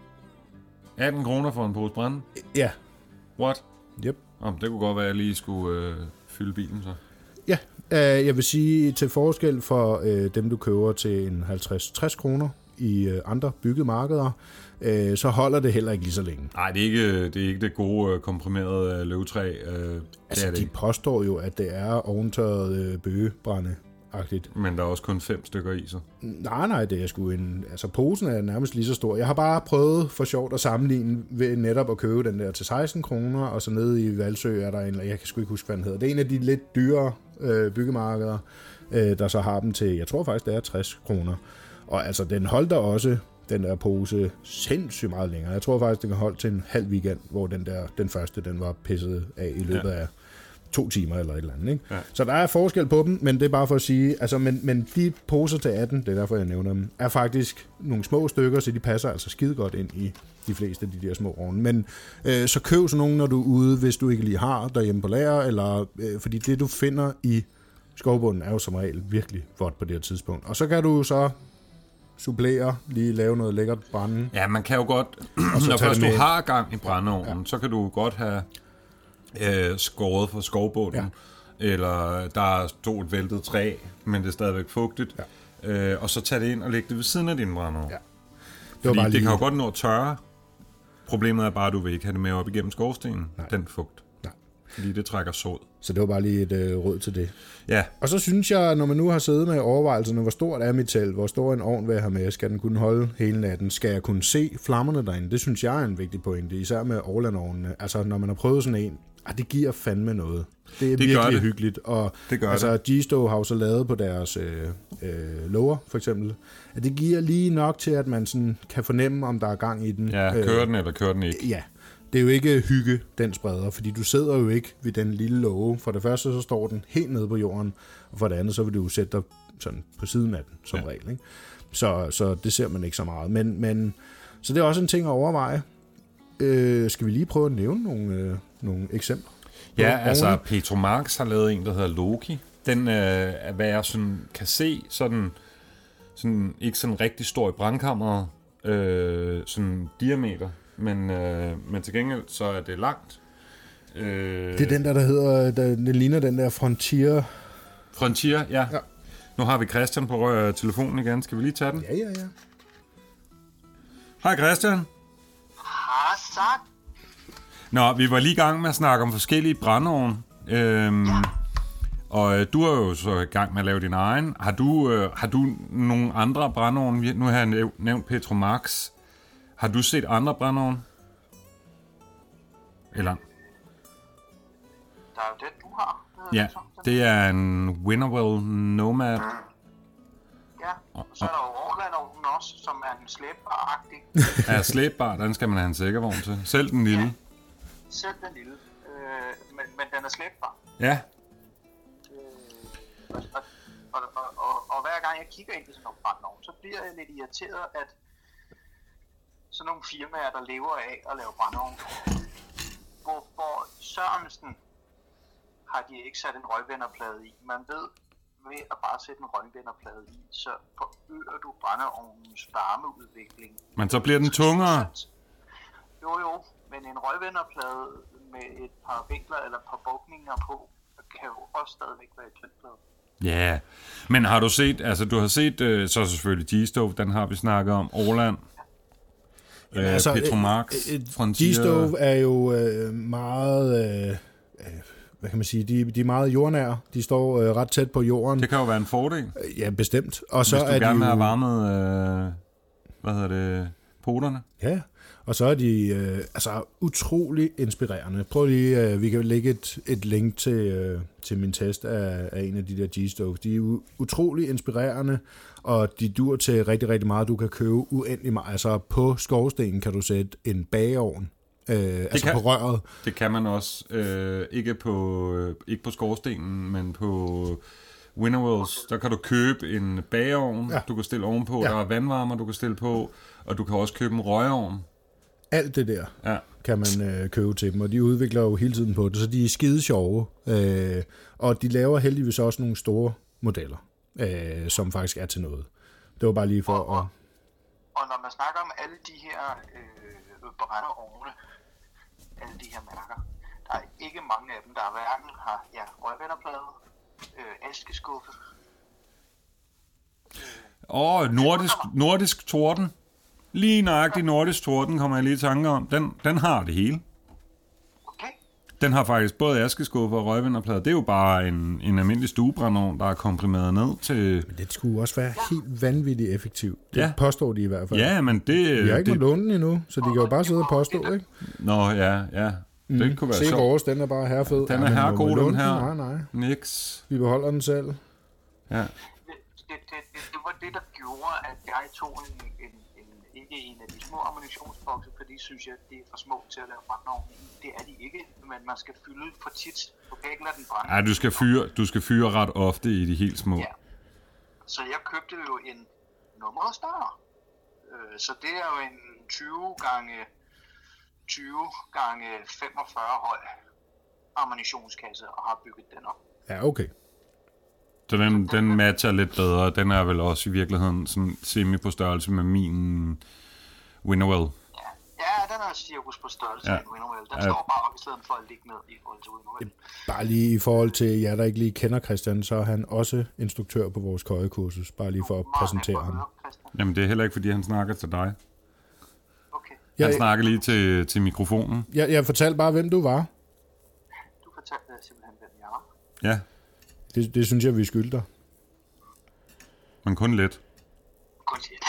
atten kroner for en pose brænde? Ja. What? Yep. Oh, det kunne godt være, at jeg lige skulle øh, fylde bilen så. Ja, øh, jeg vil sige, til forskel for øh, dem, du køber til en halvtreds til tres kroner i øh, andre byggemarkeder, øh, så holder det heller ikke lige så længe. Nej, det er ikke det, er ikke det gode øh, komprimerede øh, løvtræ. Øh, altså, det de ikke. påstår jo, at det er oventørret øh, bøgebrænde. Agtigt. Men der er også kun fem stykker i, så? Nej, nej, det er sgu en... Altså, posen er nærmest lige så stor. Jeg har bare prøvet for sjovt at sammenligne ved netop at købe den der til seksten kroner, og så nede i Valsø er der en... Jeg kan sgu ikke huske, hvad den hedder. Det er en af de lidt dyre øh, byggemarkeder, øh, der så har dem til... Jeg tror faktisk, det er tres kroner. Og altså, den holdt der også, den der pose, sindssygt meget længere. Jeg tror faktisk, den kan holde til en halv weekend, hvor den der, den første, den var pisset af i løbet ja. af... to timer eller et eller andet, ikke? Ja. Så der er forskel på dem, men det er bare for at sige, altså, men, men de poser til atten, det er derfor, jeg nævner dem, er faktisk nogle små stykker, så de passer altså skide godt ind i de fleste af de der små ovne. Men øh, så køb sådan nogle, når du er ude, hvis du ikke lige har derhjemme på lager, eller, øh, fordi det, du finder i skovbunden, er jo som regel virkelig vådt på det her tidspunkt. Og så kan du så supplere, lige lave noget lækkert brænde. Ja, man kan jo godt, når først du har gang i brændeovnen, ja. så kan du godt have Øh, skåret fra skovbunden, ja. eller der stod et væltet træ, men det er stadigvæk fugtigt, ja. øh, og så tage det ind og lægge det ved siden af din brændeovn. Ja. Det, Fordi det lige... kan jo godt nå at tørre. Problemet er bare, at du vil ikke have det med op igennem skorstenen, Nej. den fugt. Nej. Fordi det trækker sod. Så det var bare lige et øh, råd til det. Ja. Og så synes jeg, når man nu har siddet med overvejelserne, hvor stort er mit telt, hvor stor en ovn vil jeg have med, skal den kunne holde hele natten, skal jeg kunne se flammerne derinde? Det synes jeg er en vigtig pointe, især med Orland-ovnene. Altså, når man har prøvet sådan en, ah, det giver fandme noget. Det er det virkelig det. hyggeligt. Og det gør altså, det. G-Stow har jo så lavet på deres øh, øh, lower, for eksempel, at det giver lige nok til, at man sådan kan fornemme, om der er gang i den. Ja, kører øh, den eller kører den ikke? Ja. Det er jo ikke hygge, den spreder, fordi du sidder jo ikke ved den lille låge. For det første, så står den helt nede på jorden, og for det andet, så vil du sætte dig sådan på siden af den, som ja. regel. Ikke? Så, så det ser man ikke så meget. Men, men, så det er også en ting at overveje. Øh, skal vi lige prøve at nævne nogle, øh, nogle eksempler? Ja, nogle altså ovne? Petromax har lavet en, der hedder Loki. Den, øh, hvad jeg sådan kan se, sådan, sådan ikke sådan rigtig stor i brandkammeret, øh, sådan diameter. Men, øh, men til gengæld, så er det langt. Øh, det er den der, der hedder, der, det ligner den der Frontier. Frontier, ja. ja. Nu har vi Christian på øh, telefonen igen. Skal vi lige tage den? Ja, ja, ja. Hej Christian. Hej, sagt. Nå, vi var lige i gang med at snakke om forskellige brændeovne. Øhm, ja. Og øh, du er jo så i gang med at lave din egen. Har du, øh, har du nogle andre brændeovne? Nu har jeg nævnt Petromax. Har du set andre brændeovne? Eller? Der er jo det, du har. Det ja, det er en Winterwell Nomad. Mm. Ja, og så er der jo Orland-ovnen også, som er en slæbbar-agtig. Ja, slæbbar, den skal man have en sikkervogn til. Selv den lille. Ja, selv den lille. Øh, men, men den er slæbbar. Ja. Øh, og, og, og, og, og hver gang jeg kigger ind i sådan nogle brændeovn, så bliver jeg lidt irriteret, at sådan nogle firmaer, der lever af at lave brændeovn, hvor, hvor Sørensen har de ikke sat en røgvenderplade i. Man ved, ved at bare sætte en røgvenderplade i, så forøger du brændeovnens varmeudvikling. Men så bliver den tungere. Jo jo, men en røgvenderplade med et par vinkler eller et par bukninger på, kan jo også stadigvæk være et tyndplade. Ja, yeah. Men har du set, altså du har set, øh, så selvfølgelig G-Stove, den har vi snakket om, Orland, ja. øh, altså, Petromax, G-Stove er jo øh, meget, øh, hvad kan man sige, de, de er meget jordnære, de står øh, ret tæt på jorden. Det kan jo være en fordel. Ja, bestemt. Og så hvis du er gerne vil de have jo... varmet, øh, hvad hedder det, poterne. Ja, og så er de øh, altså utrolig inspirerende. Prøv lige, øh, vi kan lægge et, et link til, øh, til min test af, af en af de der G-Stoves. De er u- utrolig inspirerende, og de dur til rigtig, rigtig meget. Du kan købe uendelig meget. Altså på skorstenen kan du sætte en bageovn, øh, altså kan, på røret. Det kan man også, øh, ikke, på, øh, ikke på skorstenen, men på Winterwells. Der kan du købe en bageovn, ja. Du kan stille ovenpå. Ja. Der er vandvarmer, du kan stille på, og du kan også købe en røgovn. Alt det der ja. kan man øh, købe til dem, og de udvikler jo hele tiden på det, så de er skide sjove. Øh, og de laver heldigvis også nogle store modeller, øh, som faktisk er til noget. Det var bare lige for og, at... Og når man snakker om alle de her øh, brændeovne, alle de her mærker, der er ikke mange af dem, der hverken har ja, røgvenderplade, øh, askeskuffe. Åh, øh, oh, nordisk, nordisk torden. Lige nøjagtig nordisk torden kommer jeg lige i tanke om. Den, den har det hele. Okay. Den har faktisk både askeskuffer og røgvinderplade. Det er jo bare en, en almindelig stuebrændeovn, der er komprimeret ned til... Men det skulle også være ja. helt vanvittigt effektivt. Det ja. påstår de i hvert fald. Ja, men det... Vi har ikke det... måttet låne den endnu, så de kan jo bare sidde og påstå, ikke? Nå, ja, ja. Mm. Det kunne være Se sjovt. vores, den er bare herrefed. Den er ja, herregod, den her. Nej, nej. Niks. Vi beholder den selv. Ja. Det, det, det, det var det, der gjorde, at jeg tog en, en, en, ikke en af de små ammunitionsbokse, fordi synes jeg, det er for små til at lave brændeovn i. Det er de ikke, men man skal fylde for tit. Du kan ikke lade den brænde. Ja, du skal fyre, du skal fyre ret ofte i de helt små. Ja. Så jeg købte jo en nummer større. Så det er jo en tyve gange tyve gange femogfyrre høj ammunitionskasse og har bygget den op. Ja, okay. Så den, den matcher lidt bedre. Den er vel også i virkeligheden sådan semi på størrelse med min Winterwell. Ja, ja, den er cirkus på størrelse ja. med Winterwell. Den ja. står bare op i stedet for at ligge ned i forhold til Winterwell. Bare lige i forhold til jer, der ikke lige kender Christian, så er han også instruktør på vores køjekursus. Bare lige for at præsentere ham. Jamen det er heller ikke, fordi han snakker til dig. Okay. Han jeg, snakker lige til, til mikrofonen. Jeg, jeg fortalte bare, hvem du var. Du fortalte simpelthen, hvem jeg var? Ja. Det, det synes jeg, vi skylder. Men kun lidt. Kun lidt.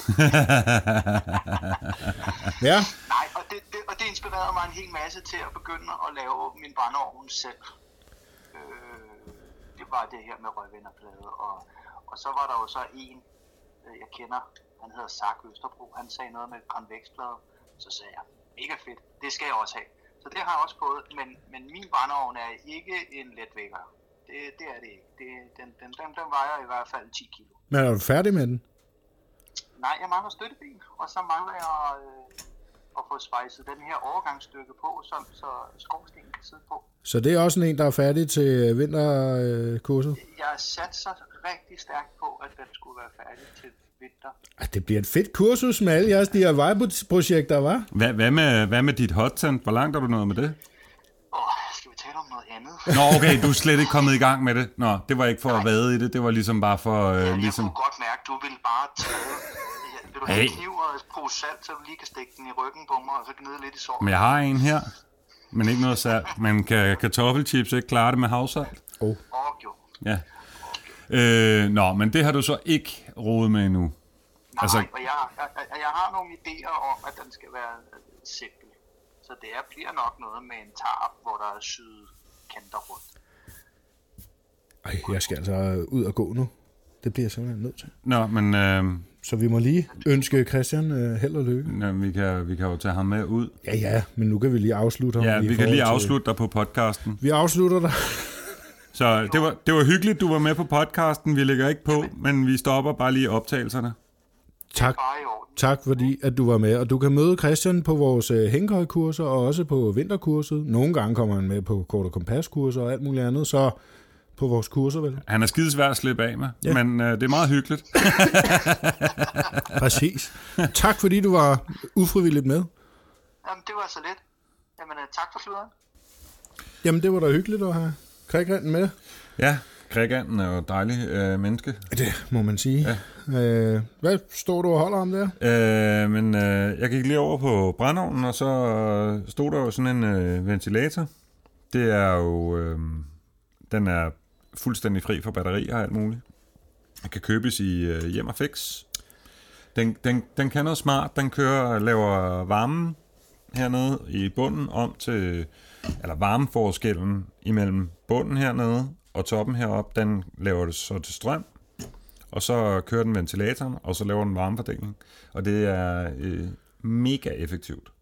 Ja. Nej, og det, det, og det inspirerede mig en hel masse til at begynde at lave min brændeovn selv. Øh, det var det her med røgvenderplade. Og, og så var der jo så en, jeg kender, han hedder Sark Østerbro. Han sagde noget med konveksplade. Så sagde jeg, mega fedt, det skal jeg også have. Så det har jeg også fået, men, men min brændeovn er ikke en letvækker. Det, det er det ikke. Det, den, den, den, den vejer i hvert fald ti kilo. Men er du færdig med den? Nej, jeg mangler støtteben, og så mangler jeg øh, at få svejset den her overgangsstykke på, så, så skorstenen kan sidde på. Så det er også en, der er færdig til vinterkurset? Øh, jeg har sat så rigtig stærkt på, at den skulle være færdig til vinter. Det bliver et fedt kursus med alle jeres de her vejprojekter, hva'? Hvad, hvad, med, hvad med dit hot tent? Hvor langt er du nået med det? Åh, oh, skal vi tale om noget andet? Nå, okay, du er slet ikke kommet i gang med det. Nå, det var ikke for Nej. at vade i det, det var ligesom bare for... Øh, ja, ligesom... Jeg kunne godt mærke, du ville bare tage... Vil du have en kniv og et pose salt, så du lige kan stikke den i ryggen på mig, og så gnide lidt i såret? Men jeg har en her, men ikke noget salt. Men kan kartoffelchips ikke klare det med havsalt? Åh. Oh. Oh, jo. Ja. Øh, nå, men det har du så ikke rodet med endnu. Nej, altså... og jeg, jeg, jeg har nogle idéer om, at den skal være simpel. Så det er, bliver nok noget med en tarp, hvor der er syde kanter rundt. Ej, jeg skal altså ud og gå nu. Det bliver jeg simpelthen nødt til. Nå, men... Øh... Så vi må lige ønske Christian øh, held og lykke. Ja, vi, kan, vi kan jo tage ham med ud. Ja, ja, men nu kan vi lige afslutte ham. Ja, vi kan lige afslutte dig på podcasten. Vi afslutter dig. Så det var, det var hyggeligt, du var med på podcasten. Vi lægger ikke på, men vi stopper bare lige optagelserne. Tak. Tak fordi, at du var med. Og du kan møde Christian på vores øh, hængekøjekurser og også på vinterkurset. Nogle gange kommer han med på kort- og kompaskurser og alt muligt andet, så på vores kurser vel. Han er skidesvær at slippe af med, ja. men øh, det er meget hyggeligt. Præcis. Tak fordi du var ufrivilligt med. Jamen, det var så lidt. Jamen, tak for sluderen. Jamen, det var da hyggeligt at have Christian med. Ja, Greganden er jo et dejligt øh, menneske. Det må man sige. Ja. Øh, hvad står du og holder om der? Øh, men øh, jeg gik lige over på brændeovnen, og så øh, stod der jo sådan en øh, ventilator. Det er jo... Øh, den er fuldstændig fri for batterier og alt muligt. Den kan købes i øh, Hjem og Fix. Den, den, den kan noget smart. Den kører laver varmen hernede i bunden om til... Eller varmeforskellen imellem bunden hernede og toppen heroppe, den laver det så til strøm. Og så kører den ventilatoren, og så laver den varmefordeling. Og det er øh, mega effektivt.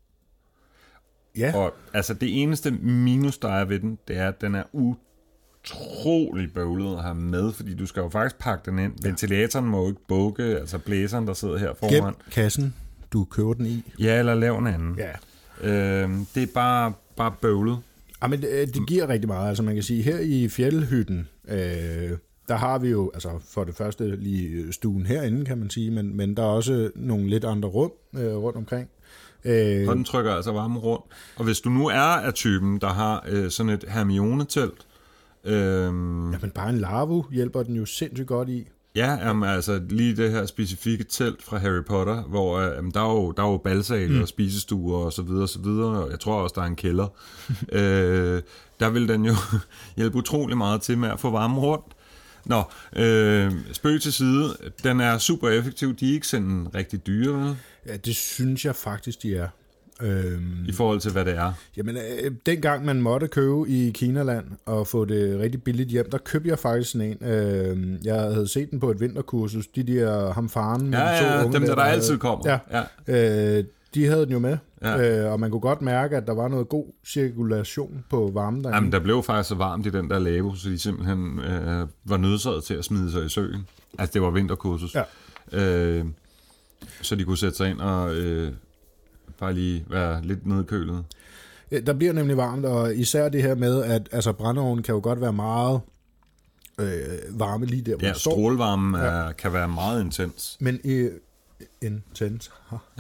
Ja. Og altså det eneste minus, der er ved den, det er, at den er utrolig bøvlet at have med, fordi du skal jo faktisk pakke den ind. Ja. Ventilatoren må jo ikke bukke, altså blæseren, der sidder her foran. Gem kassen, du køber den i. Ja, eller lav en anden. Ja. Øh, det er bare, bare bøvlet. Ja, men det, det giver rigtig meget. Altså man kan sige, her i fjeldhytten, øh, der har vi jo, altså for det første lige stuen herinde, kan man sige, men, men der er også nogle lidt andre rum øh, rundt omkring. Øh, og den trykker altså varme rundt. Og hvis du nu er af typen, der har øh, sådan et Hermione-telt... Øh, Jamen bare en Lavvo hjælper den jo sindssygt godt i. Ja, jamen, altså lige det her specifikke telt fra Harry Potter, hvor øh, jamen, der er jo, der er jo balsale mm. og spisestuer og så videre og så videre, og jeg tror også, der er en kælder. øh, der vil den jo hjælpe utrolig meget til med at få varme rundt. Nå, øh, spøg til side, den er super effektiv, de er ikke sådan rigtig dyre, vel? Ja, det synes jeg faktisk, de er. Øhm, I forhold til, hvad det er? Jamen, øh, dengang man måtte købe i Kinaland og få det rigtig billigt hjem, der købte jeg faktisk sådan en. Øh, jeg havde set den på et vinterkursus. De der hamfaren. Ja, ja, ja, dem der, der, der altid kommer. Ja, ja. Øh, de havde den jo med. Ja. Øh, og man kunne godt mærke, at der var noget god cirkulation på varmen derinde. Jamen, der blev faktisk så varmt i den der Lavvo, så de simpelthen øh, var nødsaget til at smide sig i søen. Altså, det var vinterkursus. Ja. Øh, så de kunne sætte sig ind og... Øh, bare lige være lidt nedkølet. Der bliver nemlig varmt, og især det her med, at altså, brændeovnen kan jo godt være meget øh, varme lige der, hvor ja, strålevarmen er, ja. kan være meget intens. Men øh, intens.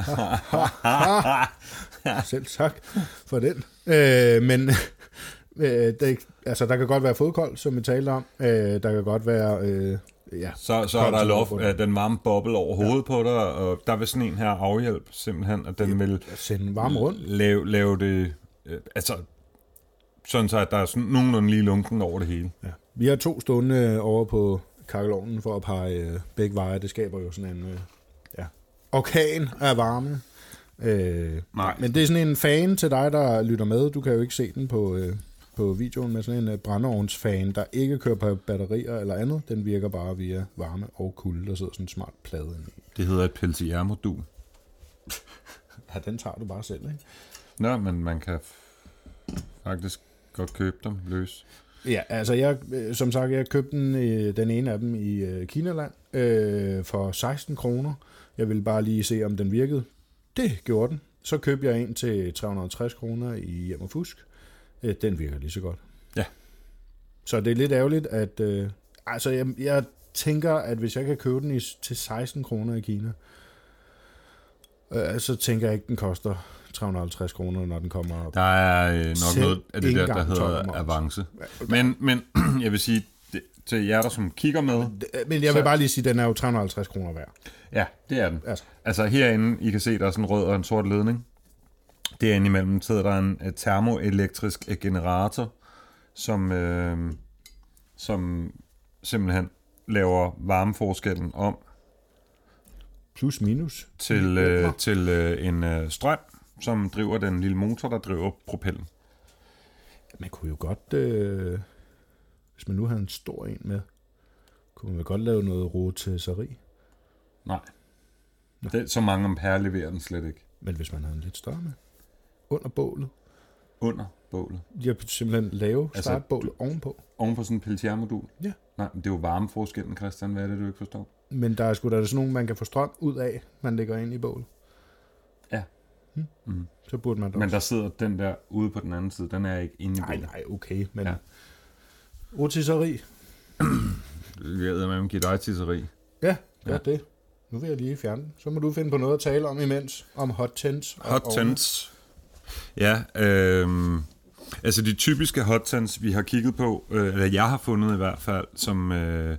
Selv tak for den. Øh, men øh, det, altså, der kan godt være fodkoldt, som vi talte om. Øh, der kan godt være... Øh, Ja, så, så er der lov af den varme boble over hovedet ja. på dig, og der vil sådan en her afhjælp simpelthen, at den ja, vil sende varme rundt. Lave, lave det, øh, altså sådan så, at der er sådan nogenlunde lige lunken over det hele. Ja. Vi har to stående over på kakkelovnen for at pege øh, begge veje. Det skaber jo sådan en øh, ja, orkan af varme. Øh, Nej. Men det er sådan en fan til dig, der lytter med. Du kan jo ikke se den på... Øh, på videoen med sådan en brændeovnsfan, der ikke kører på batterier eller andet. Den virker bare via varme og kulde. Der sidder sådan en smart plade inde i. Det hedder et Peltier-modul. Ja, den tager du bare selv, ikke? Nå, men man kan faktisk godt købe dem løs. Ja, altså jeg, som sagt, jeg købte den, den ene af dem i Kinaland øh, for seksten kroner. Jeg ville bare lige se, om den virkede. Det gjorde den. Så købte jeg en til tre hundrede og tres kroner i Hjem og Fusk. Den virker lige så godt. Ja. Så det er lidt ærgerligt, at... Øh, altså, jeg, jeg tænker, at hvis jeg kan købe den i, til seksten kroner i Kina, øh, så tænker jeg ikke, den koster tre hundrede og halvtreds kroner, når den kommer op. Der er øh, nok Selv noget af det der, der hedder avance. Men, men jeg vil sige, det, til jer, der som kigger med... Men, men jeg vil så, bare lige sige, at den er jo tre hundrede og halvtreds kroner værd. Ja, det er den. Altså. altså herinde, I kan se, der er sådan en rød og en sort ledning. Derinde imellem sidder der en termoelektrisk generator, som, øh, som simpelthen laver varmeforskellen om. Plus minus. Til, øh, til øh, en øh, strøm, som driver den lille motor, der driver propellen. Man kunne jo godt, øh, hvis man nu havde en stor en med, kunne man godt lave noget rotesseri. Nej. Det, så mange ampere leverer den slet ikke. Men hvis man havde en lidt større med? Under bålet. Under bålet? Jeg kan simpelthen lave altså, startbålet ovenpå. Ovenpå sådan en Peltier-modul? Ja. Nej, det er jo varmeforskellen, Christian. Hvad er det, du ikke forstår? Men der er sgu da sådan nogle, man kan få strøm ud af, man lægger ind i bålet. Ja. Hmm? Mm. Så burde man da Men også. der sidder den der ude på den anden side, den er ikke inde i bålet. Nej, nej, okay, men... Ja. Rotisseri. Jeg ved, at man giver dig tisseri. Ja, ja, det. Nu vil jeg lige fjerne den. Så må du finde på noget at tale om imens. Om hot tents. Hot tents. Ja, øh, Altså de typiske hottents, vi har kigget på, øh, eller jeg har fundet i hvert fald, som øh,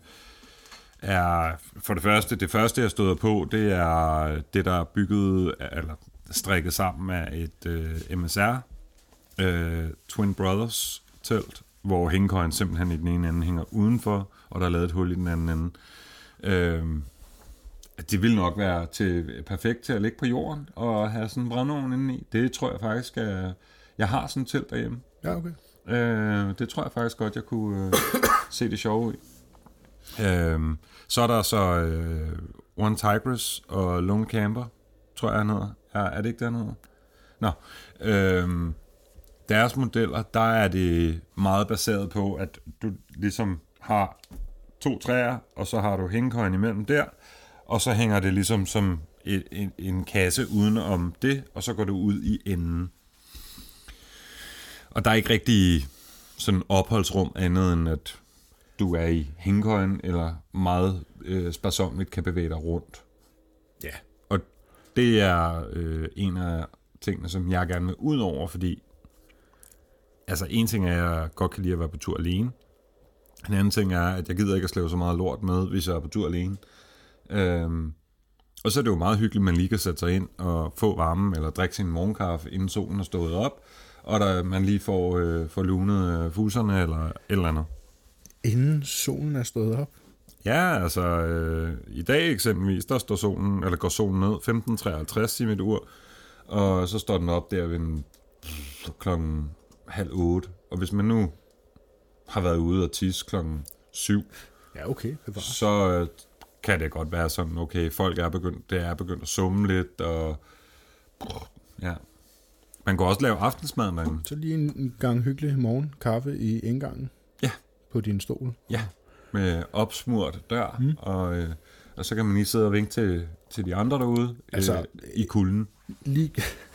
er for det første, det første jeg støder på, det er det, der er bygget, eller strikket sammen af et øh, M S R, øh, Twin Brothers telt, hvor hængekøjen simpelthen i den ene ende hænger udenfor, og der er lavet et hul i den anden ende. Øh, det vil nok være til, perfekt til at ligge på jorden og have sådan en brændeovn inde i. Det tror jeg faktisk er... Jeg har sådan et telt derhjemme. Ja, okay. Øh, det tror jeg faktisk godt, jeg kunne øh, se det sjove i. Øh, så er der så øh, One Tigress og Lone Camper, tror jeg han hedder. Ja, er det ikke det, han hedder? Nå. Øh, deres modeller, der er det meget baseret på, at du ligesom har to træer, og så har du hængekøjen imellem der, og så hænger det ligesom som en, en, en kasse uden om det, og så går det ud i enden. Og der er ikke rigtig sådan opholdsrum andet end, at du er i hængekøjen, eller meget øh, sparsomligt kan bevæge dig rundt. Ja. Og det er øh, en af tingene, som jeg gerne vil ud over, fordi altså en ting er, at jeg godt kan lide at være på tur alene. En anden ting er, at jeg gider ikke at slæve så meget lort med, hvis jeg er på tur alene. Øhm, og så er det jo meget hyggeligt, at man lige kan sætte sig ind og få varme, eller drikke sin morgenkaffe, inden solen er stået op, og der man lige får, øh, får lunet øh, fuserne, eller et eller andet. Inden solen er stået op? Ja, altså øh, i dag eksempelvis, der står solen, eller går solen ned femten treoghalvtreds i mit ur, og så står den op der ved en, klokken halv otte. Og hvis man nu har været ude og tisse klokken syv, ja, okay, så øh, kan det godt være sådan, okay, folk er begyndt, det er begyndt at summe lidt, og ja. Man kan også lave aftensmad derinde. Så lige en gang hyggelig morgen kaffe i indgangen. Ja. På din stol. Ja, med opsmurt dør, mm. og, øh, og så kan man lige sidde og vinke til, til de andre derude altså, øh, i kulden. Lige...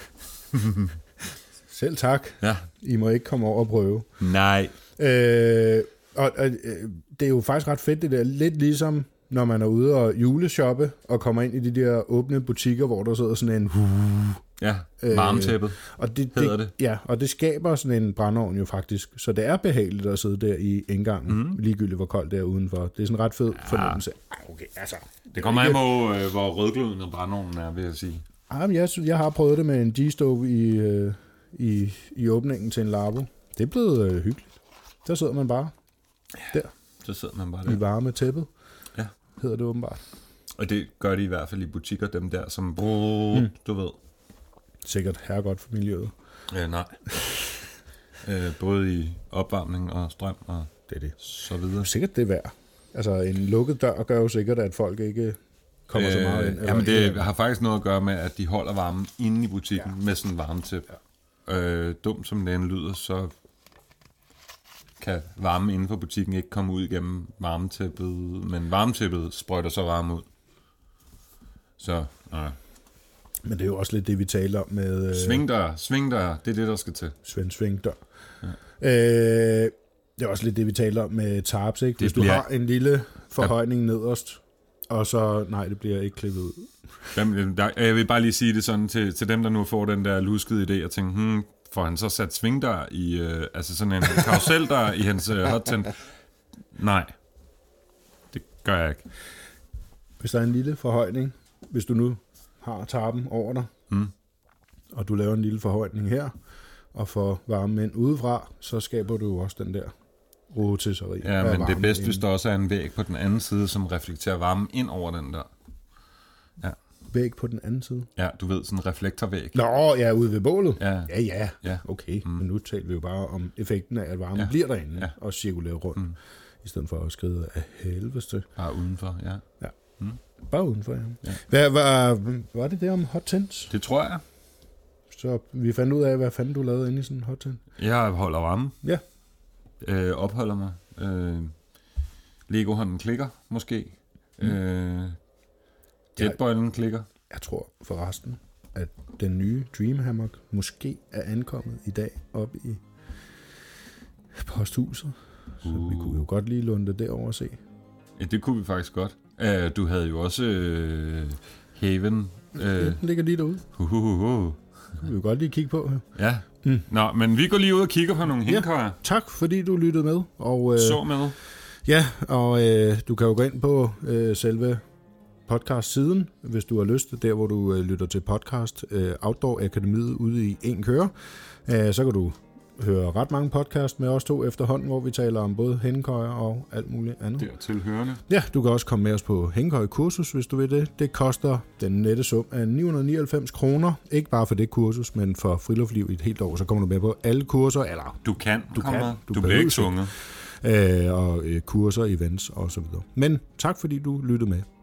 Selv tak. Ja. I må ikke komme over og prøve. Nej. Øh, og, og det er jo faktisk ret fedt, det der. Lidt ligesom, når man er ude og juleshoppe, og kommer ind i de der åbne butikker, hvor der sidder sådan en... Ja, varmetæppet øh, og det, hedder det. Ja, og det skaber sådan en brændeovn jo faktisk. Så det er behageligt at sidde der i indgangen, mm. ligegyldigt hvor koldt det er udenfor. Det er sådan en ret fed ja. fornemmelse. Okay, altså, det kommer an på, øh, hvor rødglødende brændeovnen er, vil jeg sige. Ah, jeg, jeg har prøvet det med en G-stove i, øh, i, i åbningen til en Labo. Det er blevet øh, hyggeligt. Der sidder man bare ja, der. Så sidder man bare der. I varme tæppet, ja. Hedder det åbenbart. Og det gør de i hvert fald i butikker, dem der, som brrr, mm. du ved. Sikkert herregodt for miljøet. Ja, nej. øh, både i opvarmning og strøm og det er det. Så videre. Sikkert det er værd. Altså en lukket dør gør jo sikkert, at folk ikke kommer øh, så meget ind. Jamen det har faktisk noget at gøre med, at de holder varmen inde i butikken ja. Med sådan en varmetæppe. Ja. Øh, dumt som den lyder, så kan varmen inden for butikken ikke komme ud igennem varmetæppet, men varmetæppet sprøjter så varme ud. Så, nej. Men det er jo også lidt det, vi taler om med... Øh, svingdør, svingdør, det er det, der skal til. Svend svingdør. Ja. Øh, det er også lidt det, vi taler om med tarps, ikke? Hvis det bliver... du har en lille forhøjning ja. Nederst, og så... Nej, det bliver ikke klippet ud. Jamen, der, jeg vil bare lige sige det sådan til, til dem, der nu får den der luskede idé, og tænker, hmm, får han så sat svingdør i... Øh, altså sådan en karuseldør i hans øh, hottent? Nej, det gør jeg ikke. Hvis der er en lille forhøjning, hvis du nu har tarpen over dig, mm. og du laver en lille forhøjning her, og får varmen ind udefra, så skaber du jo også den der rotisseri. Ja, men det er bedst, ind. Hvis der også er en væg på den anden side, som reflekterer varmen ind over den der. Ja. Væg på den anden side? Ja, du ved, sådan en reflektorvæg. Nå, ja, ude ved bålet? Ja. Ja, ja. ja. Okay, mm. men nu taler vi jo bare om effekten af, at varmen ja. Bliver derinde, ja. Og cirkulerer rundt, mm. i stedet for at skride af helveste. Bare udenfor, ja. Ja. Mm. Bare udenfor, ja. ja. Hvad, var, var det det om hot tents? Det tror jeg. Så vi fandt ud af, hvad fanden du lavede inde i sådan en hot tent? Jeg holder varme. Ja. Øh, opholder mig. Øh, Lego-hånden klikker, måske. Mm. Øh, Jetboilen klikker. Jeg tror forresten, at den nye Dreamhammock måske er ankommet i dag op i posthuset. Så uh. vi kunne jo godt lige låne det derovre og se. Ja, det kunne vi faktisk godt. Uh, du havde jo også uh, Haven. Uh, ja, den ligger lige derude. Uh, uh, uh. Det kan vi jo godt lige kigge på. Ja, Mm. Nå, men vi går lige ud og kigger på nogle hængekøjer. Ja, tak fordi du lyttede med. Og, øh, Så med. Ja, og øh, du kan jo gå ind på øh, selve podcast-siden, hvis du har lyst, der hvor du øh, lytter til podcast, øh, Outdoor Akademiet ude i en kører. Øh, så kan du høre ret mange podcast med os to efterhånden, hvor vi taler om både hængekøjer og alt muligt andet. Dertil hørende. Ja, du kan også komme med os på hængekøjekursus, hvis du vil det. Det koster den nette sum af ni hundrede nioghalvfems kroner. Ikke bare for det kursus, men for friluftsliv i et helt år, så kommer du med på alle kurser. Eller du kan. Du, kan. du, du bliver ikke tvunget. Øh, og øh, kurser, events og så videre. Men tak fordi du lyttede med.